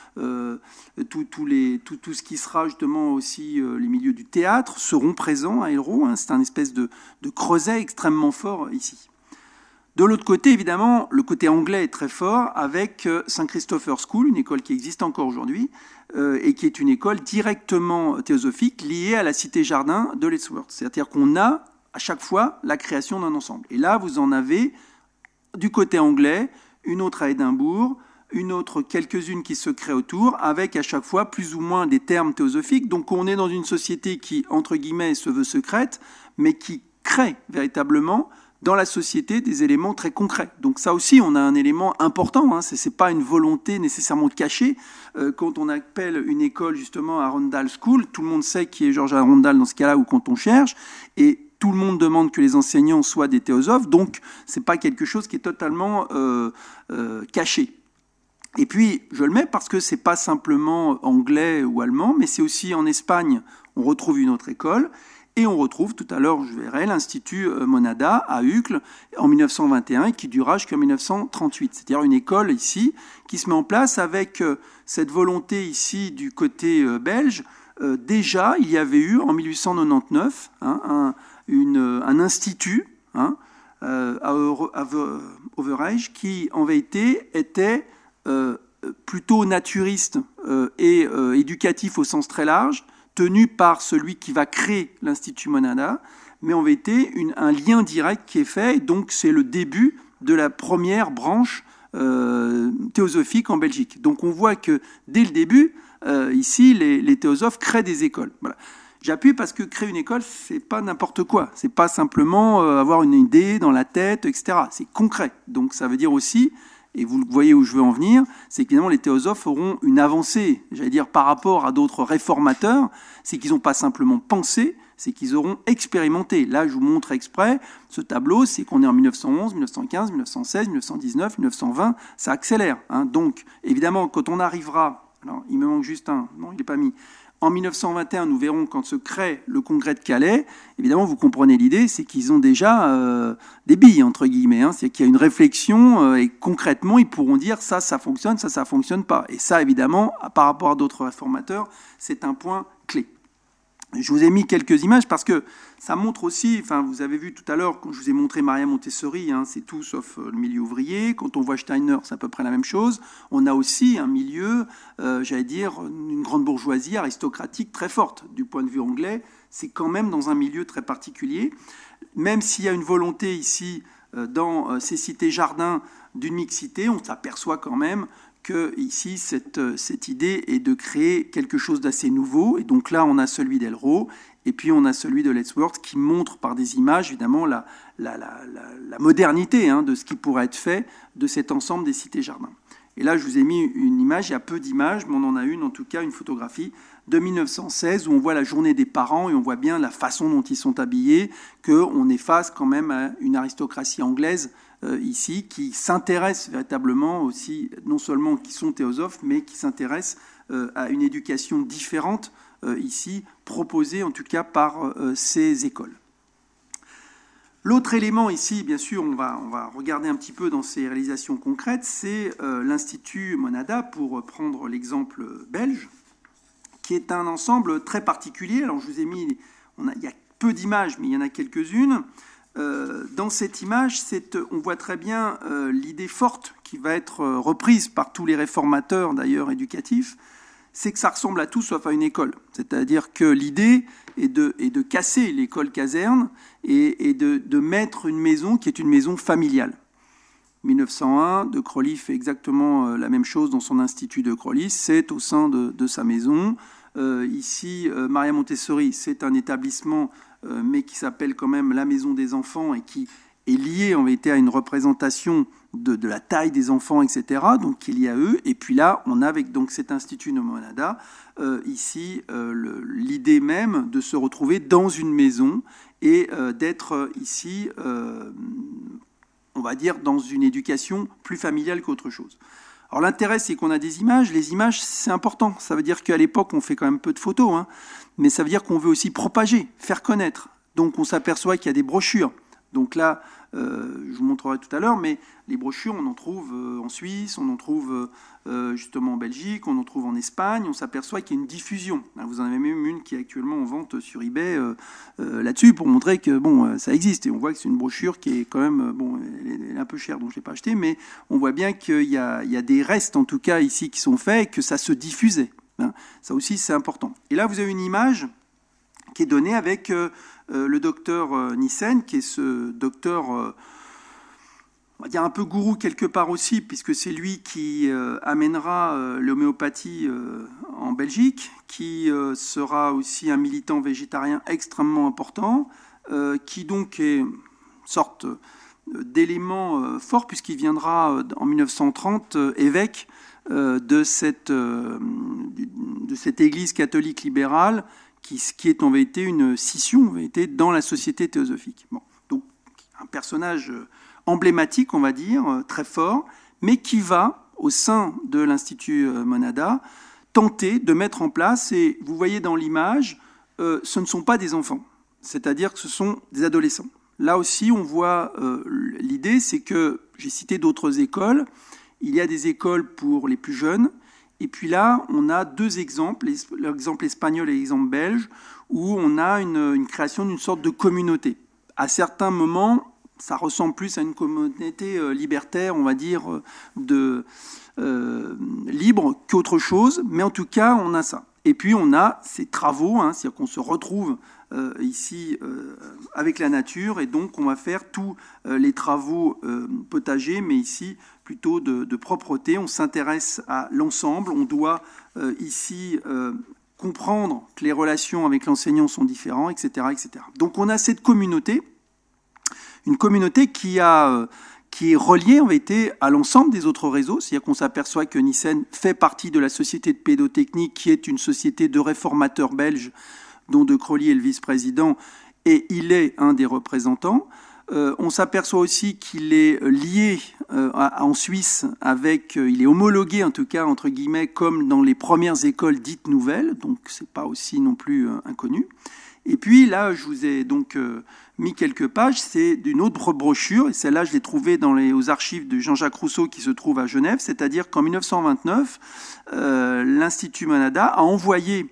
tout ce qui sera justement aussi les milieux du théâtre seront présents à Elro. C'est un espèce de creuset extrêmement fort ici. De l'autre côté, évidemment, le côté anglais est très fort avec St. Christopher's School, une école qui existe encore aujourd'hui et qui est une école directement théosophique liée à la cité-jardin de Lettsworth. C'est-à-dire qu'on a à chaque fois la création d'un ensemble. Et là, vous en avez du côté anglais, une autre à Édimbourg, une autre, quelques-unes qui se créent autour, avec à chaque fois plus ou moins des termes théosophiques. Donc on est dans une société qui, entre guillemets, se veut secrète, mais qui crée véritablement dans la société des éléments très concrets. Donc ça aussi, on a un élément important, c'est pas une volonté nécessairement cachée. Quand on appelle une école justement Arundel School, tout le monde sait qui est George Arundel dans ce cas-là, ou quand on cherche, et tout le monde demande que les enseignants soient des théosophes, donc c'est pas quelque chose qui est totalement caché. Et puis, je le mets parce que c'est pas simplement anglais ou allemand, mais c'est aussi en Espagne, on retrouve une autre école, et on retrouve, tout à l'heure, je verrai, l'Institut Monada à Uccle en 1921 et qui durera jusqu'en 1938. C'est-à-dire une école ici qui se met en place avec cette volonté ici du côté belge. Déjà, il y avait eu en 1899 un institut à Overijse qui, en vérité, était plutôt naturiste et éducatif au sens très large, tenu par celui qui va créer l'Institut Monada, mais en vérité un lien direct qui est fait, et donc c'est le début de la première branche théosophique en Belgique. Donc on voit que dès le début, ici, les théosophes créent des écoles. Voilà. J'appuie parce que créer une école, c'est pas n'importe quoi. C'est pas simplement avoir une idée dans la tête, etc. C'est concret. Donc ça veut dire aussi, et vous voyez où je veux en venir, c'est qu'évidemment les théosophes auront une avancée, j'allais dire par rapport à d'autres réformateurs, c'est qu'ils n'ont pas simplement pensé, c'est qu'ils auront expérimenté. Là, je vous montre exprès, ce tableau, c'est qu'on est en 1911, 1915, 1916, 1919, 1920, ça accélère. Donc, évidemment, quand on arrivera, alors il me manque juste un, non, il n'est pas mis, En 1921, nous verrons quand se crée le congrès de Calais, évidemment, vous comprenez l'idée, c'est qu'ils ont déjà des billes, entre guillemets. C'est qu'il y a une réflexion et concrètement, ils pourront dire ça fonctionne, ça fonctionne pas. Et ça, évidemment, par rapport à d'autres réformateurs, c'est un point clé. Je vous ai mis quelques images parce que ça montre aussi, vous avez vu tout à l'heure, quand je vous ai montré Maria Montessori, c'est tout sauf le milieu ouvrier. Quand on voit Steiner, c'est à peu près la même chose. On a aussi un milieu, une grande bourgeoisie aristocratique très forte. Du point de vue anglais, c'est quand même dans un milieu très particulier. Même s'il y a une volonté ici, dans ces cités-jardins, d'une mixité, on s'aperçoit quand même que ici cette idée est de créer quelque chose d'assez nouveau. Et donc là, on a celui d'Elro, et puis on a celui de Lettsworth qui montre par des images, évidemment, la modernité de ce qui pourrait être fait de cet ensemble des cités-jardins. Et là, je vous ai mis une image, il y a peu d'images, mais on en a une, en tout cas, une photographie de 1916, où on voit la journée des parents, et on voit bien la façon dont ils sont habillés, qu'on est face quand même à une aristocratie anglaise, ici, qui s'intéressent véritablement aussi, non seulement qui sont théosophes, mais qui s'intéressent à une éducation différente, ici, proposée en tout cas par ces écoles. L'autre élément ici, bien sûr, on va regarder un petit peu dans ces réalisations concrètes, c'est l'Institut Monada, pour prendre l'exemple belge, qui est un ensemble très particulier. Alors je vous ai mis, il y a peu d'images, mais il y en a quelques-unes. Dans cette image, on voit très bien l'idée forte qui va être reprise par tous les réformateurs, d'ailleurs, éducatifs, c'est que ça ressemble à tout sauf à une école. C'est-à-dire que l'idée est de casser l'école caserne et de mettre une maison qui est une maison familiale. 1901, De Crowley fait exactement la même chose dans son institut de Crowley, c'est au sein de sa maison. Ici, Maria Montessori, c'est un établissement mais qui s'appelle quand même la Maison des enfants et qui est lié en vérité à une représentation de la taille des enfants, etc., donc qui est lié à eux. Et puis là, on a avec donc cet Institut Monada, ici, l'idée même de se retrouver dans une maison et d'être ici, on va dire, dans une éducation plus familiale qu'autre chose. Alors l'intérêt, c'est qu'on a des images. Les images, c'est important. Ça veut dire qu'à l'époque, on fait quand même peu de photos, mais ça veut dire qu'on veut aussi propager, faire connaître. Donc on s'aperçoit qu'il y a des brochures. Donc là, je vous montrerai tout à l'heure, mais les brochures, on en trouve en Suisse, on en trouve justement en Belgique, on en trouve en Espagne. On s'aperçoit qu'il y a une diffusion. Vous en avez même une qui est actuellement en vente sur eBay là-dessus pour montrer que ça existe. Et on voit que c'est une brochure qui est quand même, elle est un peu chère, donc je ne l'ai pas achetée, mais on voit bien qu'il y a des restes, en tout cas ici, qui sont faits et que ça se diffusait. Ça aussi, c'est important. Et là, vous avez une image qui est donnée avec le docteur Nissen, qui est ce docteur, on va dire un peu gourou quelque part aussi, puisque c'est lui qui amènera l'homéopathie en Belgique, qui sera aussi un militant végétarien extrêmement important, qui donc est une sorte d'élément fort, puisqu'il viendra en 1930 évêque de cette église catholique libérale, qui est en vérité une scission en vérité, dans la société théosophique. Donc un personnage emblématique, on va dire, très fort, mais qui va, au sein de l'Institut Monada, tenter de mettre en place, et vous voyez dans l'image, ce ne sont pas des enfants, c'est-à-dire que ce sont des adolescents. Là aussi, on voit l'idée, c'est que, j'ai cité d'autres écoles, il y a des écoles pour les plus jeunes, et puis là, on a deux exemples, l'exemple espagnol et l'exemple belge, où on a une création d'une sorte de communauté. À certains moments, ça ressemble plus à une communauté libertaire, on va dire, libre qu'autre chose, mais en tout cas, on a ça. Et puis, on a ces travaux, c'est-à-dire qu'on se retrouve ici avec la nature, et donc on va faire tous les travaux potagers, mais ici plutôt de propreté. On s'intéresse à l'ensemble, on doit ici comprendre que les relations avec l'enseignant sont différentes, etc., etc. Donc on a cette communauté, une communauté qui est reliée en vérité à l'ensemble des autres réseaux, c'est-à-dire qu'on s'aperçoit que Nissen fait partie de la Société de pédotechnique, qui est une société de réformateurs belges, dont De Crowley est le vice-président, et il est un des représentants. On s'aperçoit aussi qu'il est lié en Suisse avec, il est homologué en tout cas entre guillemets comme dans les premières écoles dites nouvelles, donc c'est pas aussi non plus inconnu. Et puis là, je vous ai donc mis quelques pages, c'est d'une autre brochure, et celle-là je l'ai trouvée aux archives de Jean-Jacques Rousseau qui se trouve à Genève, c'est-à-dire qu'en 1929, l'Institut Monada a envoyé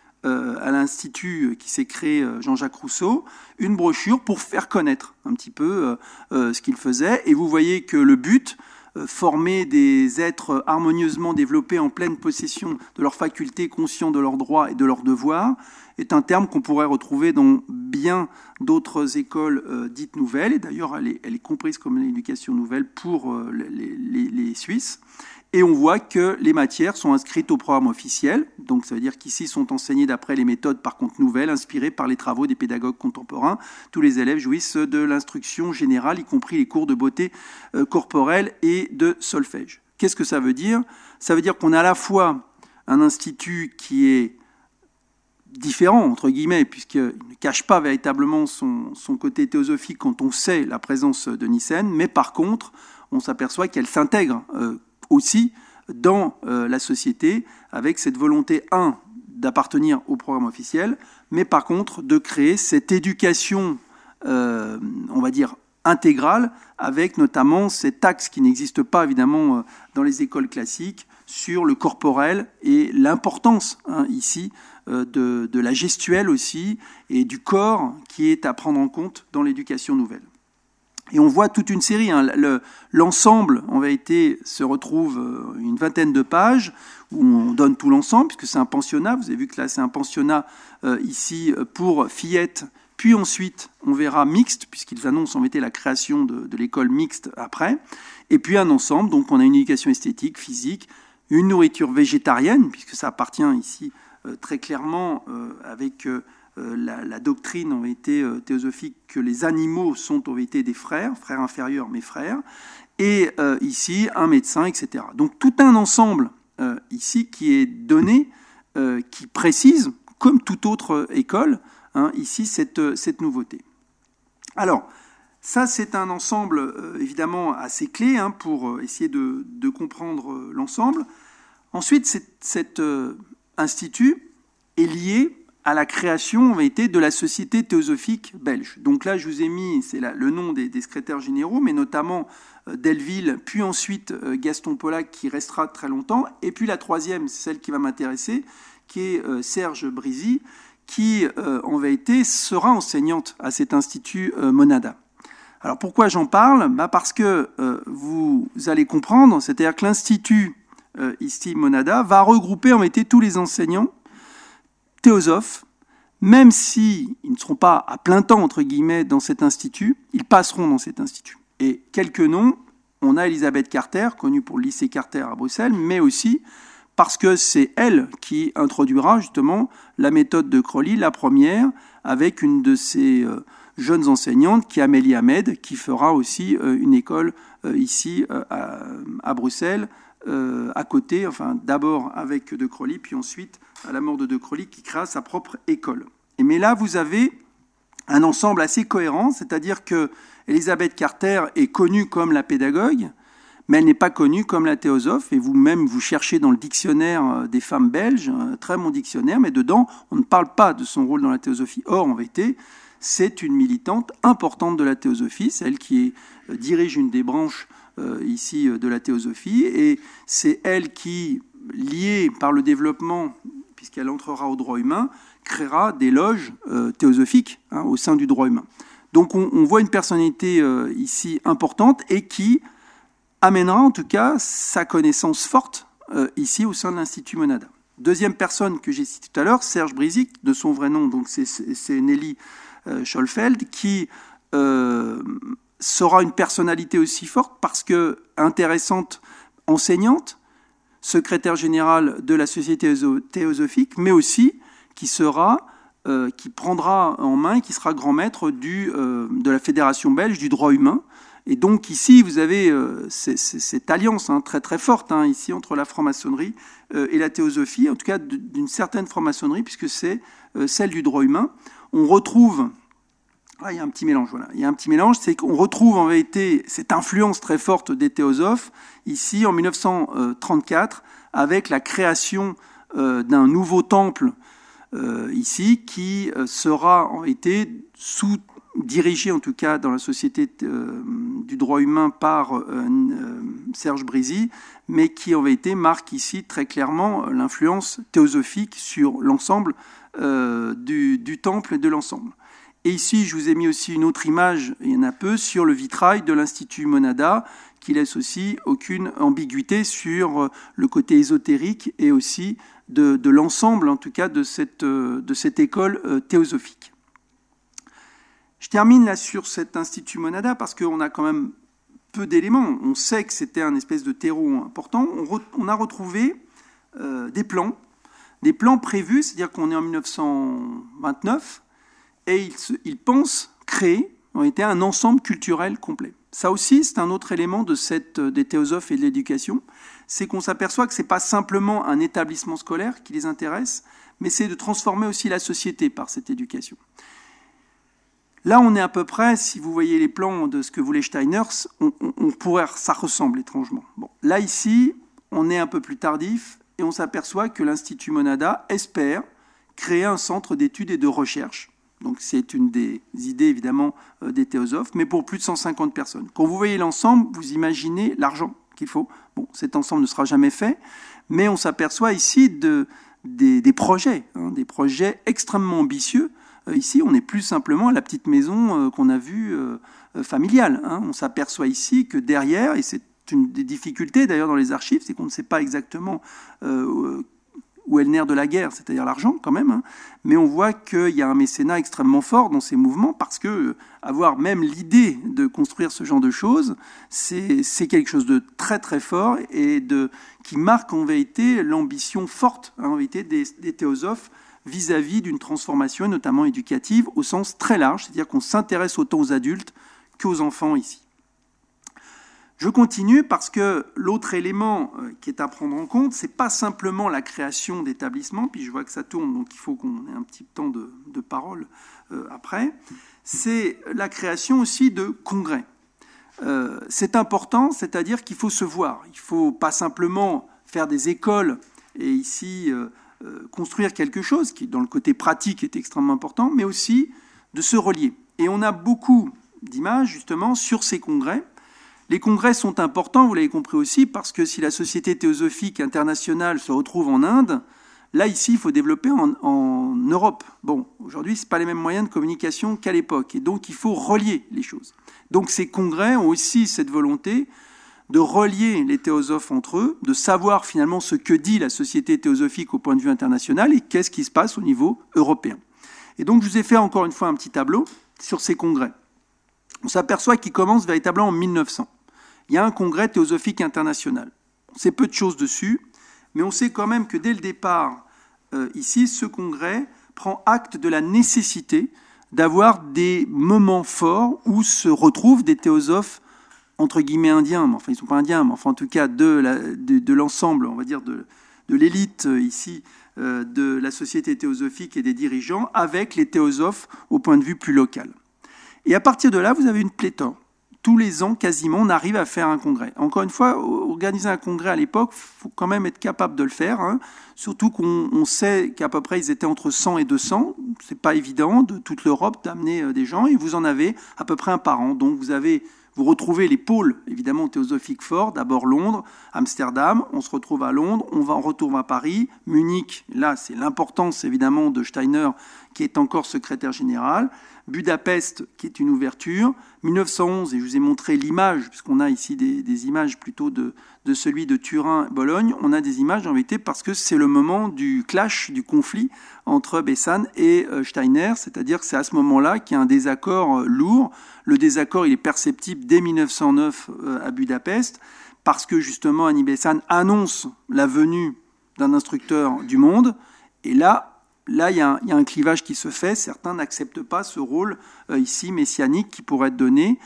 à l'Institut qui s'est créé, Jean-Jacques Rousseau, une brochure pour faire connaître un petit peu ce qu'il faisait. Et vous voyez que le but, former des êtres harmonieusement développés en pleine possession de leurs facultés, conscients de leurs droits et de leurs devoirs, est un terme qu'on pourrait retrouver dans bien d'autres écoles dites nouvelles. Et d'ailleurs, elle est comprise comme l'éducation nouvelle pour les Suisses. Et on voit que les matières sont inscrites au programme officiel. Donc ça veut dire qu'ici sont enseignées d'après les méthodes par contre nouvelles, inspirées par les travaux des pédagogues contemporains. Tous les élèves jouissent de l'instruction générale, y compris les cours de beauté corporelle et de solfège. Qu'est-ce que ça veut dire ? Ça veut dire qu'on a à la fois un institut qui est différent, entre guillemets, puisqu'il ne cache pas véritablement son côté théosophique quand on sait la présence de Nyssen, mais par contre, on s'aperçoit qu'elle s'intègre aussi dans la société, avec cette volonté, d'appartenir au programme officiel, mais par contre de créer cette éducation, on va dire, intégrale, avec notamment cet axe qui n'existe pas évidemment dans les écoles classiques, sur le corporel et l'importance ici de la gestuelle aussi, et du corps qui est à prendre en compte dans l'éducation nouvelle. Et on voit toute une série. L'ensemble, en vérité, se retrouve une vingtaine de pages où on donne tout l'ensemble, puisque c'est un pensionnat. Vous avez vu que là, c'est un pensionnat ici pour fillettes. Puis ensuite, on verra mixte, puisqu'ils annoncent en vérité la création de l'école mixte après. Et puis un ensemble, donc on a une éducation esthétique, physique, une nourriture végétarienne, puisque ça appartient ici très clairement avec... la doctrine en vérité théosophique que les animaux sont en vérité des frères inférieurs mais frères, et ici un médecin, etc. Donc tout un ensemble ici qui est donné, qui précise, comme toute autre école, ici cette nouveauté. Alors, ça c'est un ensemble évidemment assez clé pour essayer de comprendre l'ensemble. Ensuite, cet institut est lié à la création, en vérité, de la Société théosophique belge. Donc là, je vous ai mis, c'est le nom des secrétaires généraux, mais notamment Delville, puis ensuite Gaston Paulac, qui restera très longtemps, et puis la troisième, c'est celle qui va m'intéresser, qui est Serge Brisy, qui, en vérité, sera enseignante à cet institut Monada. Alors pourquoi j'en parle ? Parce que vous allez comprendre, c'est-à-dire que l'institut ici Monada va regrouper en vérité tous les enseignants théosophes, même s'ils ne seront pas à plein temps, entre guillemets, dans cet institut, ils passeront dans cet institut. Et quelques noms, on a Elisabeth Carter, connue pour le lycée Carter à Bruxelles, mais aussi parce que c'est elle qui introduira justement la méthode de Crowley, la première, avec une de ses jeunes enseignantes, qui est Amélie Ahmed, qui fera aussi une école ici à Bruxelles, à côté, enfin d'abord avec De Crowley, puis ensuite à la mort de De Crowley, qui créa sa propre école. Mais là, vous avez un ensemble assez cohérent, c'est-à-dire que Elisabeth Carter est connue comme la pédagogue, mais elle n'est pas connue comme la théosophe, et vous-même, vous cherchez dans le dictionnaire des femmes belges, un très bon dictionnaire, mais dedans, on ne parle pas de son rôle dans la théosophie. Or, en vérité, c'est une militante importante de la théosophie, celle qui dirige une des branches ici de la théosophie, et c'est elle qui, liée par le développement, puisqu'elle entrera au droit humain, créera des loges théosophiques au sein du droit humain. Donc on voit une personnalité ici importante et qui amènera en tout cas sa connaissance forte ici au sein de l'Institut Monada. Deuxième personne que j'ai citée tout à l'heure, Serge Brisy, de son vrai nom, donc c'est Nelly Scholfeld, qui sera une personnalité aussi forte parce que intéressante, enseignante, secrétaire général de la Société théosophique, mais aussi qui prendra en main, qui sera grand maître de la Fédération belge du droit humain. Et donc ici, vous avez cette alliance très très forte ici entre la franc-maçonnerie et la théosophie, en tout cas d'une certaine franc-maçonnerie, puisque c'est celle du droit humain. On retrouve Là, il y a un petit mélange, voilà. Il y a un petit mélange, c'est qu'on retrouve en vérité cette influence très forte des théosophes, ici, en 1934, avec la création d'un nouveau temple, ici, qui sera en vérité dirigé, en tout cas, dans la Société du droit humain par Serge Brisy, mais qui en vérité marque ici très clairement l'influence théosophique sur l'ensemble du temple et de l'ensemble. Et ici, je vous ai mis aussi une autre image, il y en a peu, sur le vitrail de l'Institut Monada, qui laisse aussi aucune ambiguïté sur le côté ésotérique et aussi de l'ensemble, en tout cas, de cette école théosophique. Je termine là sur cet Institut Monada parce qu'on a quand même peu d'éléments. On sait que c'était un espèce de terreau important. On a retrouvé des plans prévus, c'est-à-dire qu'on est en 1929, et ils pensent créer un ensemble culturel complet. Ça aussi, c'est un autre élément des théosophes et de l'éducation, c'est qu'on s'aperçoit que ce n'est pas simplement un établissement scolaire qui les intéresse, mais c'est de transformer aussi la société par cette éducation. Là, on est à peu près, si vous voyez les plans de ce que voulait Steiner, ça ressemble étrangement. Bon, là, ici, on est un peu plus tardif et on s'aperçoit que l'Institut Monada espère créer un centre d'études et de recherche. Donc, c'est une des idées, évidemment, des théosophes, mais pour plus de 150 personnes. Quand vous voyez l'ensemble, vous imaginez l'argent qu'il faut. Bon, cet ensemble ne sera jamais fait, mais on s'aperçoit ici des projets, des projets extrêmement ambitieux. Ici, on n'est plus simplement à la petite maison qu'on a vue familiale. On s'aperçoit ici que derrière, et c'est une des difficultés d'ailleurs dans les archives, c'est qu'on ne sait pas exactement où est le nerf de la guerre, c'est-à-dire l'argent quand même, mais on voit qu'il y a un mécénat extrêmement fort dans ces mouvements parce que avoir même l'idée de construire ce genre de choses, c'est quelque chose de très très fort et qui marque en vérité l'ambition forte en vérité des théosophes vis-à-vis d'une transformation, notamment éducative, au sens très large, c'est-à-dire qu'on s'intéresse autant aux adultes qu'aux enfants ici. Je continue parce que l'autre élément qui est à prendre en compte, c'est pas simplement la création d'établissements, puis je vois que ça tourne, donc il faut qu'on ait un petit temps de parole après, c'est la création aussi de congrès. C'est important, c'est-à-dire qu'il faut se voir, il ne faut pas simplement faire des écoles et ici construire quelque chose qui, dans le côté pratique, est extrêmement important, mais aussi de se relier. Et on a beaucoup d'images, justement, sur ces congrès. Les congrès sont importants, vous l'avez compris aussi, parce que si la Société théosophique internationale se retrouve en Inde, là, ici, il faut développer en Europe. Bon, aujourd'hui, ce n'est pas les mêmes moyens de communication qu'à l'époque, et donc il faut relier les choses. Donc ces congrès ont aussi cette volonté de relier les théosophes entre eux, de savoir finalement ce que dit la société théosophique au point de vue international et qu'est-ce qui se passe au niveau européen. Et donc je vous ai fait encore une fois un petit tableau sur ces congrès. On s'aperçoit qu'ils commencent véritablement en 1900. Il y a un congrès théosophique international. On sait peu de choses dessus, mais on sait quand même que dès le départ, ici, ce congrès prend acte de la nécessité d'avoir des moments forts où se retrouvent des théosophes entre guillemets indiens, mais enfin ils ne sont pas indiens, mais enfin en tout cas de l'ensemble, on va dire de l'élite ici, de la société théosophique et des dirigeants, avec les théosophes au point de vue plus local. Et à partir de là, vous avez une pléthore. Tous les ans, quasiment, on arrive à faire un congrès. Encore une fois, organiser un congrès à l'époque, il faut quand même être capable de le faire, surtout qu'on sait qu'à peu près ils étaient entre 100 et 200. C'est pas évident de toute l'Europe d'amener des gens, et vous en avez à peu près un par an. Donc vous retrouvez les pôles, évidemment, théosophiques forts, d'abord Londres, Amsterdam, on se retrouve à Londres, on retourne à Paris, Munich, là c'est l'importance évidemment de Steiner qui est encore secrétaire général, Budapest qui est une ouverture, 1911, et je vous ai montré l'image, puisqu'on a ici des images plutôt de celui de Turin, Bologne, on a des images en vérité parce que c'est le moment du clash, du conflit entre Bessan et Steiner, c'est-à-dire que c'est à ce moment-là qu'il y a un désaccord lourd. Le désaccord, il est perceptible dès 1909 à Budapest, parce que justement Annie Bessan annonce la venue d'un instructeur du monde, et là il y a un clivage qui se fait. Certains n'acceptent pas ce rôle ici messianique qui pourrait être donné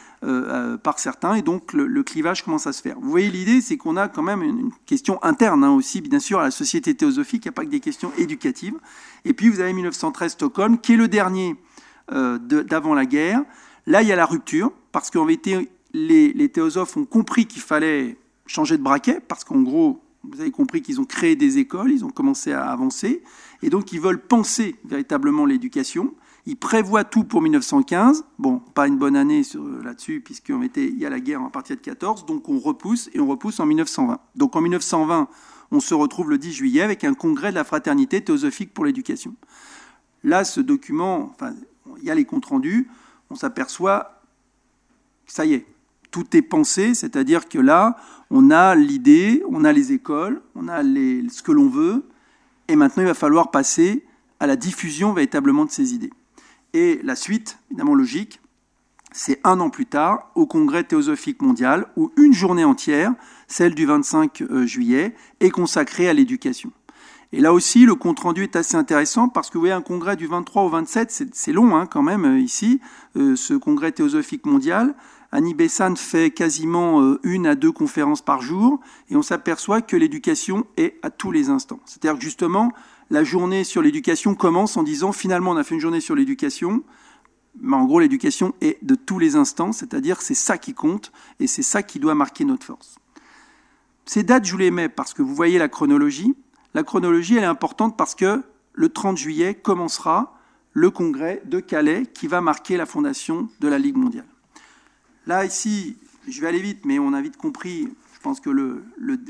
par certains, et donc le clivage commence à se faire. Vous voyez, l'idée, c'est qu'on a quand même une question interne aussi, bien sûr, à la société théosophique. Il n'y a pas que des questions éducatives. Et puis vous avez 1913 Stockholm, qui est le dernier d'avant la guerre. Là, il y a la rupture, parce qu'en vérité, les théosophes ont compris qu'il fallait changer de braquet, parce qu'en gros, vous avez compris qu'ils ont créé des écoles, ils ont commencé à avancer, et donc ils veulent penser véritablement l'éducation. Ils prévoient tout pour 1915. Bon, pas une bonne année là-dessus, puisqu'en vérité, il y a la guerre à partir de 14, donc on repousse en 1920. Donc en 1920, on se retrouve le 10 juillet avec un congrès de la Fraternité théosophique pour l'éducation. Là, ce document, enfin, il y a les comptes rendus, on s'aperçoit, ça y est, tout est pensé, c'est-à-dire que là, on a l'idée, on a les écoles, on a ce que l'on veut, et maintenant il va falloir passer à la diffusion véritablement de ces idées. Et la suite, évidemment logique, c'est 1 an plus tard, au Congrès théosophique mondial, où une journée entière, celle du 25 juillet, est consacrée à l'éducation. Et là aussi, le compte-rendu est assez intéressant parce que vous voyez, un congrès du 23 au 27, c'est long quand même ici, ce congrès théosophique mondial. Annie Besson fait quasiment 1 à 2 conférences par jour et on s'aperçoit que l'éducation est à tous les instants. C'est-à-dire que justement, la journée sur l'éducation commence en disant finalement on a fait une journée sur l'éducation, mais en gros l'éducation est de tous les instants, c'est-à-dire que c'est ça qui compte et c'est ça qui doit marquer notre force. Ces dates, je vous les mets parce que vous voyez la chronologie. La chronologie, elle est importante parce que le 30 juillet commencera le congrès de Calais qui va marquer la fondation de la Ligue mondiale. Là, ici, je vais aller vite, mais on a vite compris, je pense que le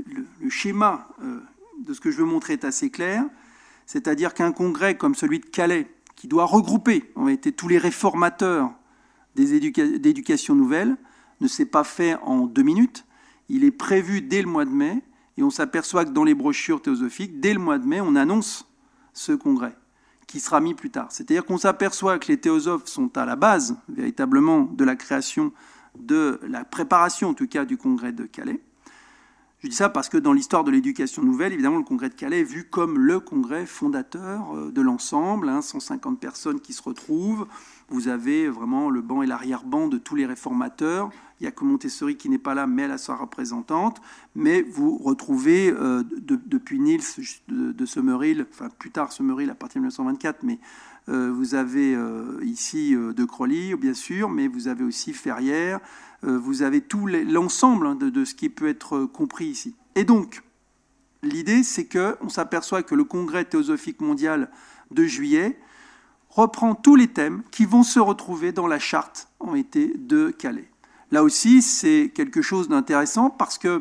schéma de ce que je veux montrer est assez clair. C'est-à-dire qu'un congrès comme celui de Calais, qui doit regrouper en réalité tous les réformateurs d'éducation nouvelle, ne s'est pas fait en 2 minutes. Il est prévu dès le mois de mai. Et on s'aperçoit que dans les brochures théosophiques, dès le mois de mai, on annonce ce congrès, qui sera mis plus tard. C'est-à-dire qu'on s'aperçoit que les théosophes sont à la base, véritablement, de la création, de la préparation, en tout cas, du congrès de Calais. Je dis ça parce que dans l'histoire de l'éducation nouvelle, évidemment, le congrès de Calais est vu comme le congrès fondateur de l'ensemble, 150 personnes qui se retrouvent. Vous avez vraiment le banc et l'arrière-banc de tous les réformateurs. Il n'y a que Montessori qui n'est pas là, mais elle a sa représentante. Mais vous retrouvez, depuis Niels de Summerhill, enfin plus tard Summerhill à partir de 1924, mais vous avez ici De Crowley, bien sûr, mais vous avez aussi Ferrière, vous avez tout l'ensemble de ce qui peut être compris ici. Et donc, l'idée, c'est qu'on s'aperçoit que le Congrès théosophique mondial de juillet reprend tous les thèmes qui vont se retrouver dans la charte en été de Calais. Là aussi, c'est quelque chose d'intéressant parce que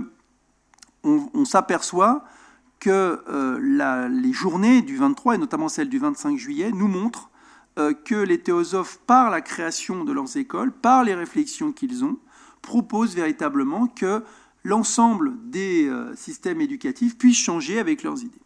on s'aperçoit que les journées du 23 et notamment celle du 25 juillet nous montrent que les théosophes, par la création de leurs écoles, par les réflexions qu'ils ont, proposent véritablement que l'ensemble des systèmes éducatifs puissent changer avec leurs idées.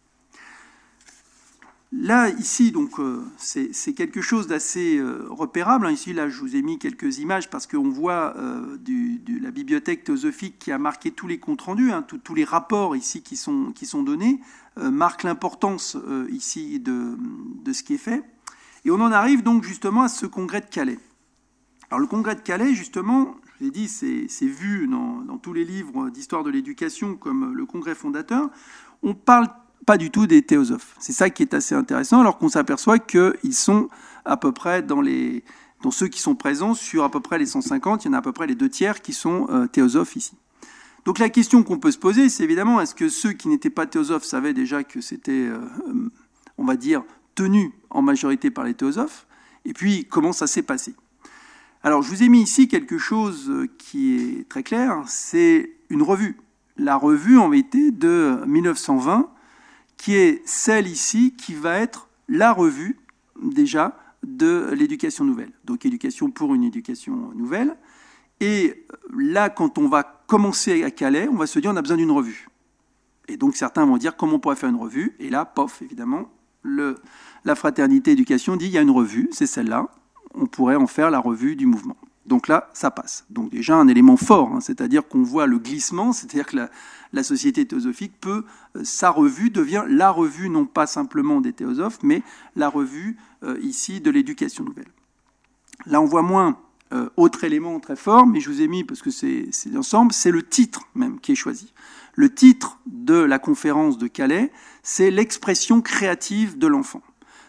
Là, ici, donc, c'est quelque chose d'assez repérable. Ici, là, je vous ai mis quelques images parce qu'on voit de la bibliothèque théosophique qui a marqué tous les comptes rendus, tous les rapports ici qui sont donnés, marquent l'importance ici de ce qui est fait. Et on en arrive donc justement à ce congrès de Calais. Alors le congrès de Calais, justement, je vous ai dit, c'est vu dans tous les livres d'histoire de l'éducation comme le congrès fondateur. On parle pas du tout des théosophes. C'est ça qui est assez intéressant, alors qu'on s'aperçoit qu'ils sont à peu près dans ceux qui sont présents, sur à peu près les 150, il y en a à peu près les 2/3 qui sont théosophes ici. Donc la question qu'on peut se poser, c'est évidemment, est-ce que ceux qui n'étaient pas théosophes savaient déjà que c'était, on va dire, tenu en majorité par les théosophes? Et puis, comment ça s'est passé? Alors, je vous ai mis ici quelque chose qui est très clair, c'est une revue. La revue, en vérité, de 1920, qui est celle ici qui va être la revue, déjà, de l'éducation nouvelle. Donc, éducation pour une éducation nouvelle. Et là, quand on va commencer à Calais, on va se dire on a besoin d'une revue. Et donc, certains vont dire comment on pourrait faire une revue. Et là, pof, évidemment, la Fraternité Éducation dit il y a une revue, c'est celle-là. On pourrait en faire la revue du mouvement. Donc là, ça passe. Donc déjà, un élément fort, c'est-à-dire qu'on voit le glissement, c'est-à-dire que la société théosophique sa revue devient la revue, non pas simplement des théosophes, mais la revue ici de l'éducation nouvelle. Là, on voit moins autre élément très fort, mais je vous ai mis, parce que c'est l'ensemble, c'est le titre même qui est choisi. Le titre de la conférence de Calais, c'est l'expression créative de l'enfant.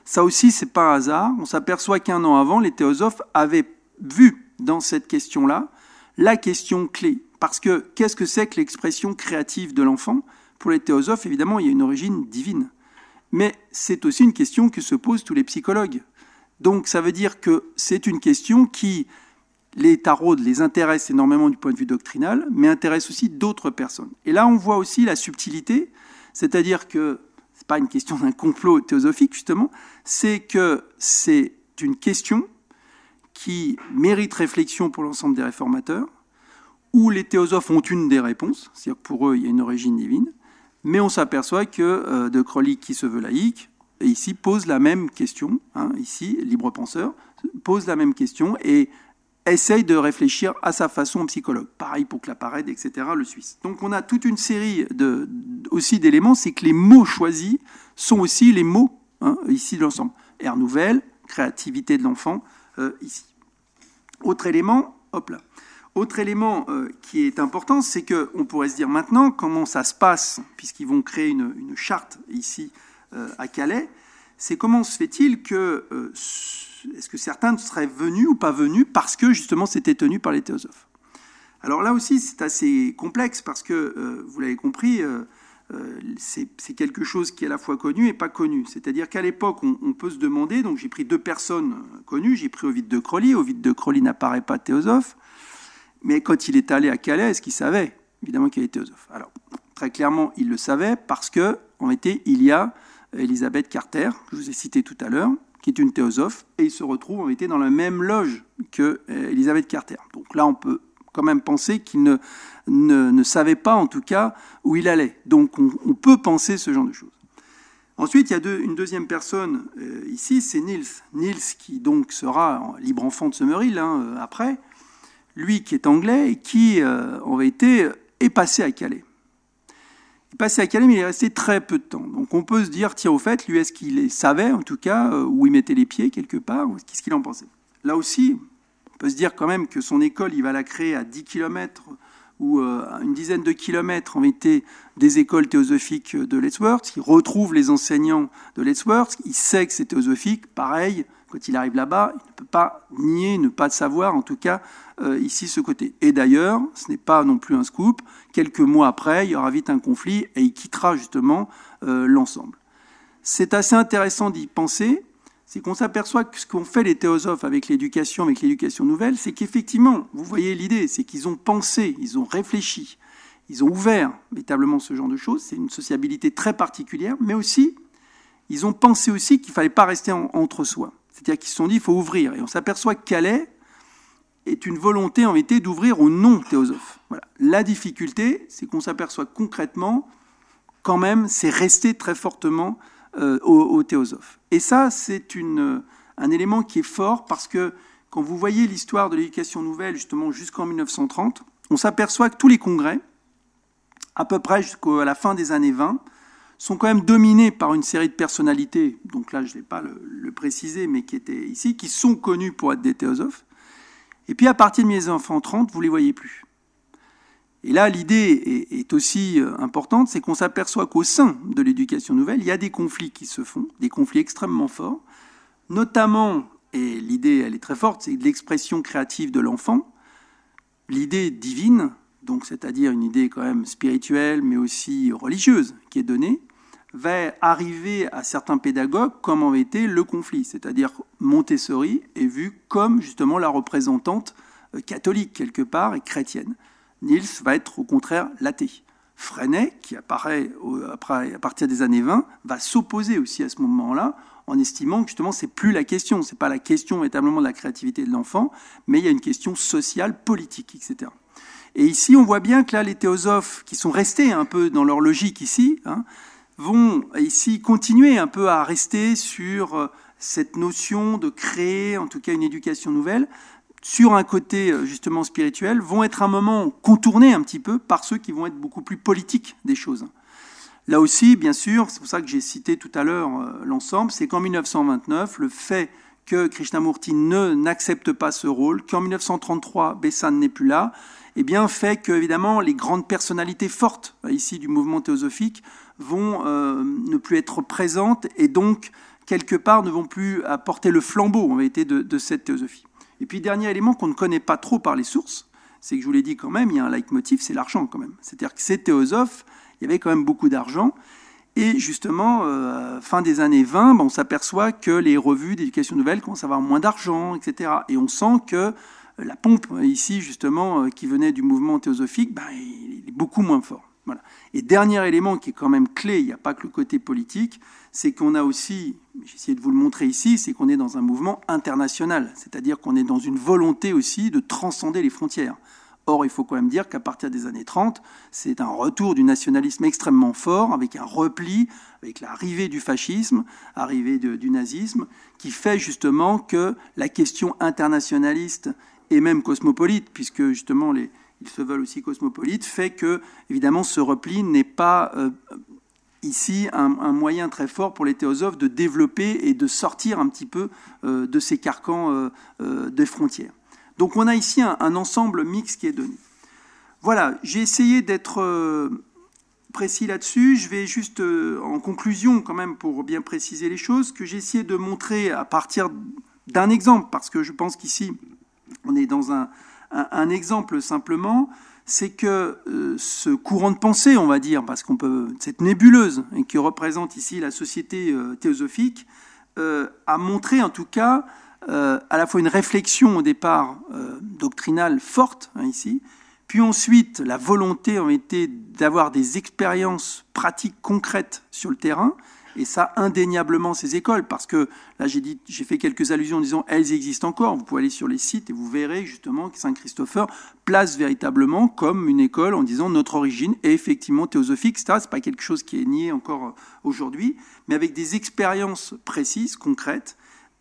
Ça aussi, c'est pas un hasard. On s'aperçoit qu'1 an avant, les théosophes avaient vu dans cette question-là la question clé. Parce que qu'est-ce que c'est que l'expression créative de l'enfant ? Pour les théosophes, évidemment, il y a une origine divine. Mais c'est aussi une question que se posent tous les psychologues. Donc ça veut dire que c'est une question qui, les tarauds les intéresse énormément du point de vue doctrinal, mais intéresse aussi d'autres personnes. Et là, on voit aussi la subtilité, c'est-à-dire que c'est pas une question d'un complot théosophique, justement, c'est que c'est une question qui mérite réflexion pour l'ensemble des réformateurs, où les théosophes ont une des réponses, c'est-à-dire que pour eux, il y a une origine divine, mais on s'aperçoit que De Crowley, qui se veut laïque, ici pose la même question, ici, libre penseur, pose la même question et essaye de réfléchir à sa façon en psychologue. Pareil pour Claparède, etc., le Suisse. Donc on a toute une série aussi d'éléments, c'est que les mots choisis sont aussi les mots, ici de l'ensemble. Air nouvelle, créativité de l'enfant, ici. Autre élément, qui est important, c'est qu'on pourrait se dire maintenant comment ça se passe, puisqu'ils vont créer une charte ici à Calais, c'est comment se fait-il que, est-ce que certains seraient venus ou pas venus parce que justement c'était tenu par les théosophes. Alors là aussi c'est assez complexe parce que, vous l'avez compris, c'est quelque chose qui est à la fois connu et pas connu. C'est-à-dire qu'à l'époque, on peut se demander, donc j'ai pris 2 personnes connues, j'ai pris Ovide de Crowley. Ovide de Crowley n'apparaît pas théosophe, mais quand il est allé à Calais, est-ce qu'il savait évidemment qu'il était théosophe? Alors, très clairement, il le savait parce que, en réalité, il y a Elisabeth Carter, que je vous ai citée tout à l'heure, qui est une théosophe, et il se retrouve en réalité dans la même loge que Elisabeth Carter. Donc là, on peut quand même penser qu'il ne savait pas, en tout cas, où il allait. Donc on peut penser ce genre de choses. Ensuite, il y a une deuxième personne ici, c'est Niels. Niels, qui donc sera libre enfant de Summerhill après, lui qui est anglais et qui, en vérité, est passé à Calais. Il est passé à Calais, mais il est resté très peu de temps. Donc on peut se dire, tiens, au fait, lui, est-ce qu'il savait, en tout cas, où il mettait les pieds, quelque part, ou qu'est-ce qu'il en pensait? Là aussi, on peut se dire quand même que son école, il va la créer à 10 km ou une dizaine de kilomètres, en vérité, des écoles théosophiques de Lettsworth. Il retrouve les enseignants de Lettsworth. Il sait que c'est théosophique. Pareil, quand il arrive là-bas, il ne peut pas nier, ne pas savoir, en tout cas, ici, ce côté. Et d'ailleurs, ce n'est pas non plus un scoop. Quelques mois après, il y aura vite un conflit et il quittera justement l'ensemble. C'est assez intéressant d'y penser. C'est qu'on s'aperçoit que ce qu'ont fait les théosophes avec l'éducation nouvelle, c'est qu'effectivement, vous voyez l'idée, c'est qu'ils ont pensé, ils ont réfléchi, ils ont ouvert véritablement ce genre de choses. C'est une sociabilité très particulière, mais aussi, ils ont pensé aussi qu'il ne fallait pas rester entre soi. C'est-à-dire qu'ils se sont dit, il faut ouvrir. Et on s'aperçoit que Calais est une volonté en vérité d'ouvrir aux non-théosophes. Voilà. La difficulté, c'est qu'on s'aperçoit concrètement, quand même, c'est resté très fortement aux théosophes. Et ça, c'est un élément qui est fort parce que quand vous voyez l'histoire de l'éducation nouvelle, justement jusqu'en 1930, on s'aperçoit que tous les congrès, à peu près jusqu'à la fin des années 20, sont quand même dominés par une série de personnalités, donc là je ne vais pas le préciser, mais qui étaient ici, qui sont connus pour être des théosophes. Et puis à partir de 1930, vous ne les voyez plus. Et là, l'idée est aussi importante, c'est qu'on s'aperçoit qu'au sein de l'éducation nouvelle, il y a des conflits qui se font, des conflits extrêmement forts, notamment, et l'idée elle est très forte, c'est l'expression créative de l'enfant, l'idée divine, donc c'est-à-dire une idée quand même spirituelle, mais aussi religieuse, qui est donnée, va arriver à certains pédagogues comme en était le conflit, c'est-à-dire Montessori est vue comme justement la représentante catholique quelque part et chrétienne. Niels va être au contraire l'athée. Freinet, qui apparaît à partir des années 20, va s'opposer aussi à ce moment-là en estimant que justement c'est plus la question, c'est pas la question véritablement de la créativité de l'enfant, mais il y a une question sociale, politique, etc. Et ici on voit bien que là les théosophes qui sont restés un peu dans leur logique ici, vont ici continuer un peu à rester sur cette notion de créer en tout cas une éducation nouvelle, sur un côté justement spirituel, vont être un moment contourné un petit peu par ceux qui vont être beaucoup plus politiques des choses. Là aussi, bien sûr, c'est pour ça que j'ai cité tout à l'heure l'ensemble, c'est qu'en 1929, le fait que Krishnamurti n'accepte pas ce rôle, qu'en 1933, Besant n'est plus là, eh bien, fait que, évidemment, les grandes personnalités fortes ici du mouvement théosophique vont ne plus être présentes et donc quelque part, ne vont plus apporter le flambeau, en vérité, de cette théosophie. Et puis, dernier élément qu'on ne connaît pas trop par les sources, c'est que je vous l'ai dit quand même, il y a un leitmotiv, c'est l'argent quand même. C'est-à-dire que ces théosophes, il y avait quand même beaucoup d'argent. Et justement, fin des années 20, on s'aperçoit que les revues d'éducation nouvelle commencent à avoir moins d'argent, etc. Et on sent que la pompe, ici, justement, qui venait du mouvement théosophique, il est beaucoup moins fort. Voilà. Et dernier élément qui est quand même clé, il n'y a pas que le côté politique, c'est qu'on a aussi, j'ai essayé de vous le montrer ici, c'est qu'on est dans un mouvement international. C'est-à-dire qu'on est dans une volonté aussi de transcender les frontières. Or, il faut quand même dire qu'à partir des années 30, c'est un retour du nationalisme extrêmement fort, avec un repli, avec l'arrivée du fascisme, arrivée du nazisme, qui fait justement que la question internationaliste et même cosmopolite, puisque justement ils se veulent aussi cosmopolites, fait que, évidemment, ce repli n'est pas ici un moyen très fort pour les théosophes de développer et de sortir un petit peu de ces carcans des frontières. Donc on a ici un ensemble mixte qui est donné. Voilà, j'ai essayé d'être précis là-dessus. Je vais juste, en conclusion quand même, pour bien préciser les choses, que j'ai essayé de montrer à partir d'un exemple, parce que je pense qu'ici, on est dans un exemple simplement, c'est que ce courant de pensée, on va dire, parce qu'on peut, cette nébuleuse qui représente ici la société théosophique, a montré en tout cas à la fois une réflexion au départ doctrinale forte, ici, puis ensuite la volonté en été d'avoir des expériences pratiques concrètes sur le terrain, et ça indéniablement ces écoles, parce que là j'ai fait quelques allusions en disant elles existent encore, vous pouvez aller sur les sites et vous verrez justement que Saint-Christopher place véritablement comme une école en disant notre origine est effectivement théosophique, etc. C'est pas quelque chose qui est nié encore aujourd'hui, mais avec des expériences précises, concrètes,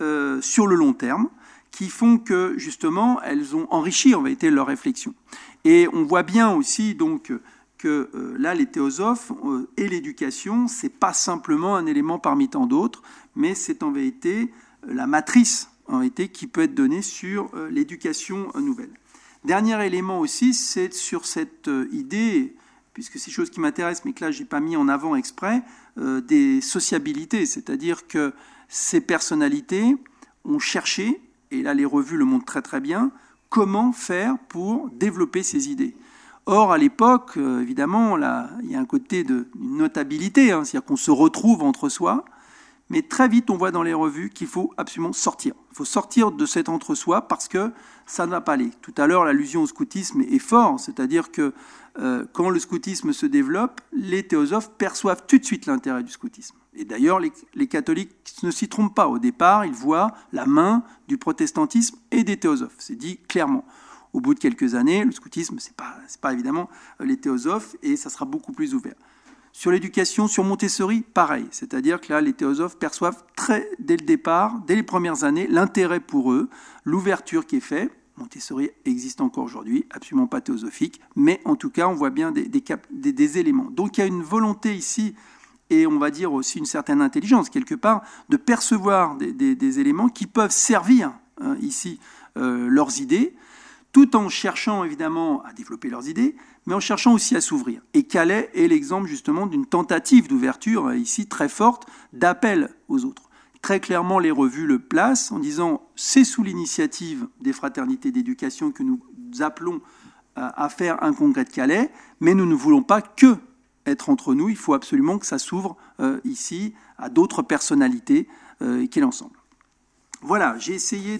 sur le long terme, qui font que, justement, elles ont enrichi, en vérité, leur réflexion. Et on voit bien aussi, donc, que là, les théosophes et l'éducation, c'est pas simplement un élément parmi tant d'autres, mais c'est en vérité la matrice, en vérité, qui peut être donnée sur l'éducation nouvelle. Dernier élément aussi, c'est sur cette idée, puisque c'est des choses qui m'intéressent, mais que là, j'ai pas mis en avant exprès, des sociabilités, c'est-à-dire que ces personnalités ont cherché, et là les revues le montrent très très bien, comment faire pour développer ces idées. Or, à l'époque, évidemment, là, il y a un côté d'une notabilité, c'est-à-dire qu'on se retrouve entre soi, mais très vite on voit dans les revues qu'il faut absolument sortir. Il faut sortir de cet entre-soi parce que ça ne va pas aller. Tout à l'heure, l'allusion au scoutisme est forte, c'est-à-dire que quand le scoutisme se développe, les théosophes perçoivent tout de suite l'intérêt du scoutisme. Et d'ailleurs, les catholiques ne s'y trompent pas. Au départ, ils voient la main du protestantisme et des théosophes. C'est dit clairement. Au bout de quelques années, le scoutisme, c'est pas évidemment les théosophes, et ça sera beaucoup plus ouvert. Sur l'éducation, sur Montessori, pareil. C'est-à-dire que là, les théosophes perçoivent dès le départ, dès les premières années, l'intérêt pour eux, l'ouverture qui est faite. Montessori existe encore aujourd'hui, absolument pas théosophique, mais en tout cas, on voit bien des éléments. Donc il y a une volonté ici, et on va dire aussi une certaine intelligence, quelque part, de percevoir des éléments qui peuvent servir ici leurs idées, tout en cherchant évidemment à développer leurs idées, mais en cherchant aussi à s'ouvrir. Et Calais est l'exemple justement d'une tentative d'ouverture ici très forte, d'appel aux autres. Très clairement, les revues le placent en disant « c'est sous l'initiative des fraternités d'éducation que nous appelons à faire un congrès de Calais, mais nous ne voulons pas que être entre nous, il faut absolument que ça s'ouvre ici à d'autres personnalités qu'est l'ensemble. » Voilà, j'ai essayé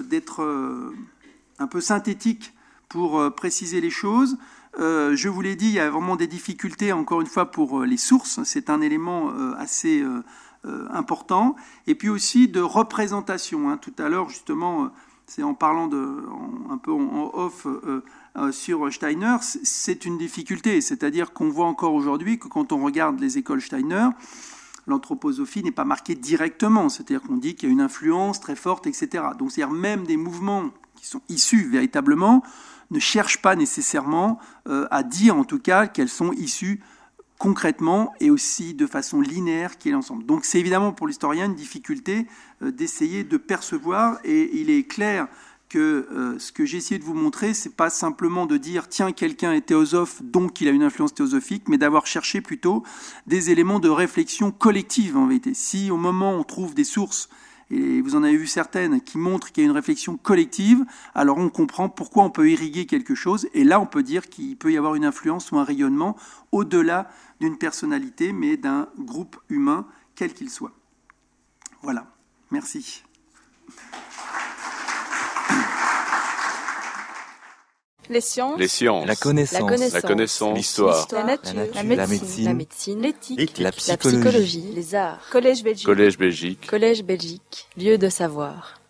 d'être un peu synthétique pour préciser les choses. Je vous l'ai dit, il y a vraiment des difficultés, encore une fois, pour les sources. C'est un élément assez important. Et puis aussi de représentation. Tout à l'heure, justement, c'est en parlant un peu en off sur Steiner, c'est une difficulté. C'est-à-dire qu'on voit encore aujourd'hui que quand on regarde les écoles Steiner, l'anthroposophie n'est pas marquée directement. C'est-à-dire qu'on dit qu'il y a une influence très forte, etc. Donc, c'est-à-dire même des mouvements qui sont issus véritablement ne cherchent pas nécessairement à dire en tout cas qu'elles sont issues concrètement et aussi de façon linéaire qui est l'ensemble. Donc c'est évidemment pour l'historien une difficulté d'essayer de percevoir, et il est clair que ce que j'ai essayé de vous montrer, c'est pas simplement de dire tiens, quelqu'un est théosophe, donc il a une influence théosophique, mais d'avoir cherché plutôt des éléments de réflexion collective en vérité. Si au moment on trouve des sources, et vous en avez vu certaines, qui montrent qu'il y a une réflexion collective, alors on comprend pourquoi on peut irriguer quelque chose, et là on peut dire qu'il peut y avoir une influence ou un rayonnement au-delà d'une personnalité, mais d'un groupe humain, quel qu'il soit. Voilà, merci. Les sciences, la connaissance, l'histoire, la nature, la médecine, l'éthique, la psychologie, les arts. Collège Belgique, Lieu de savoir.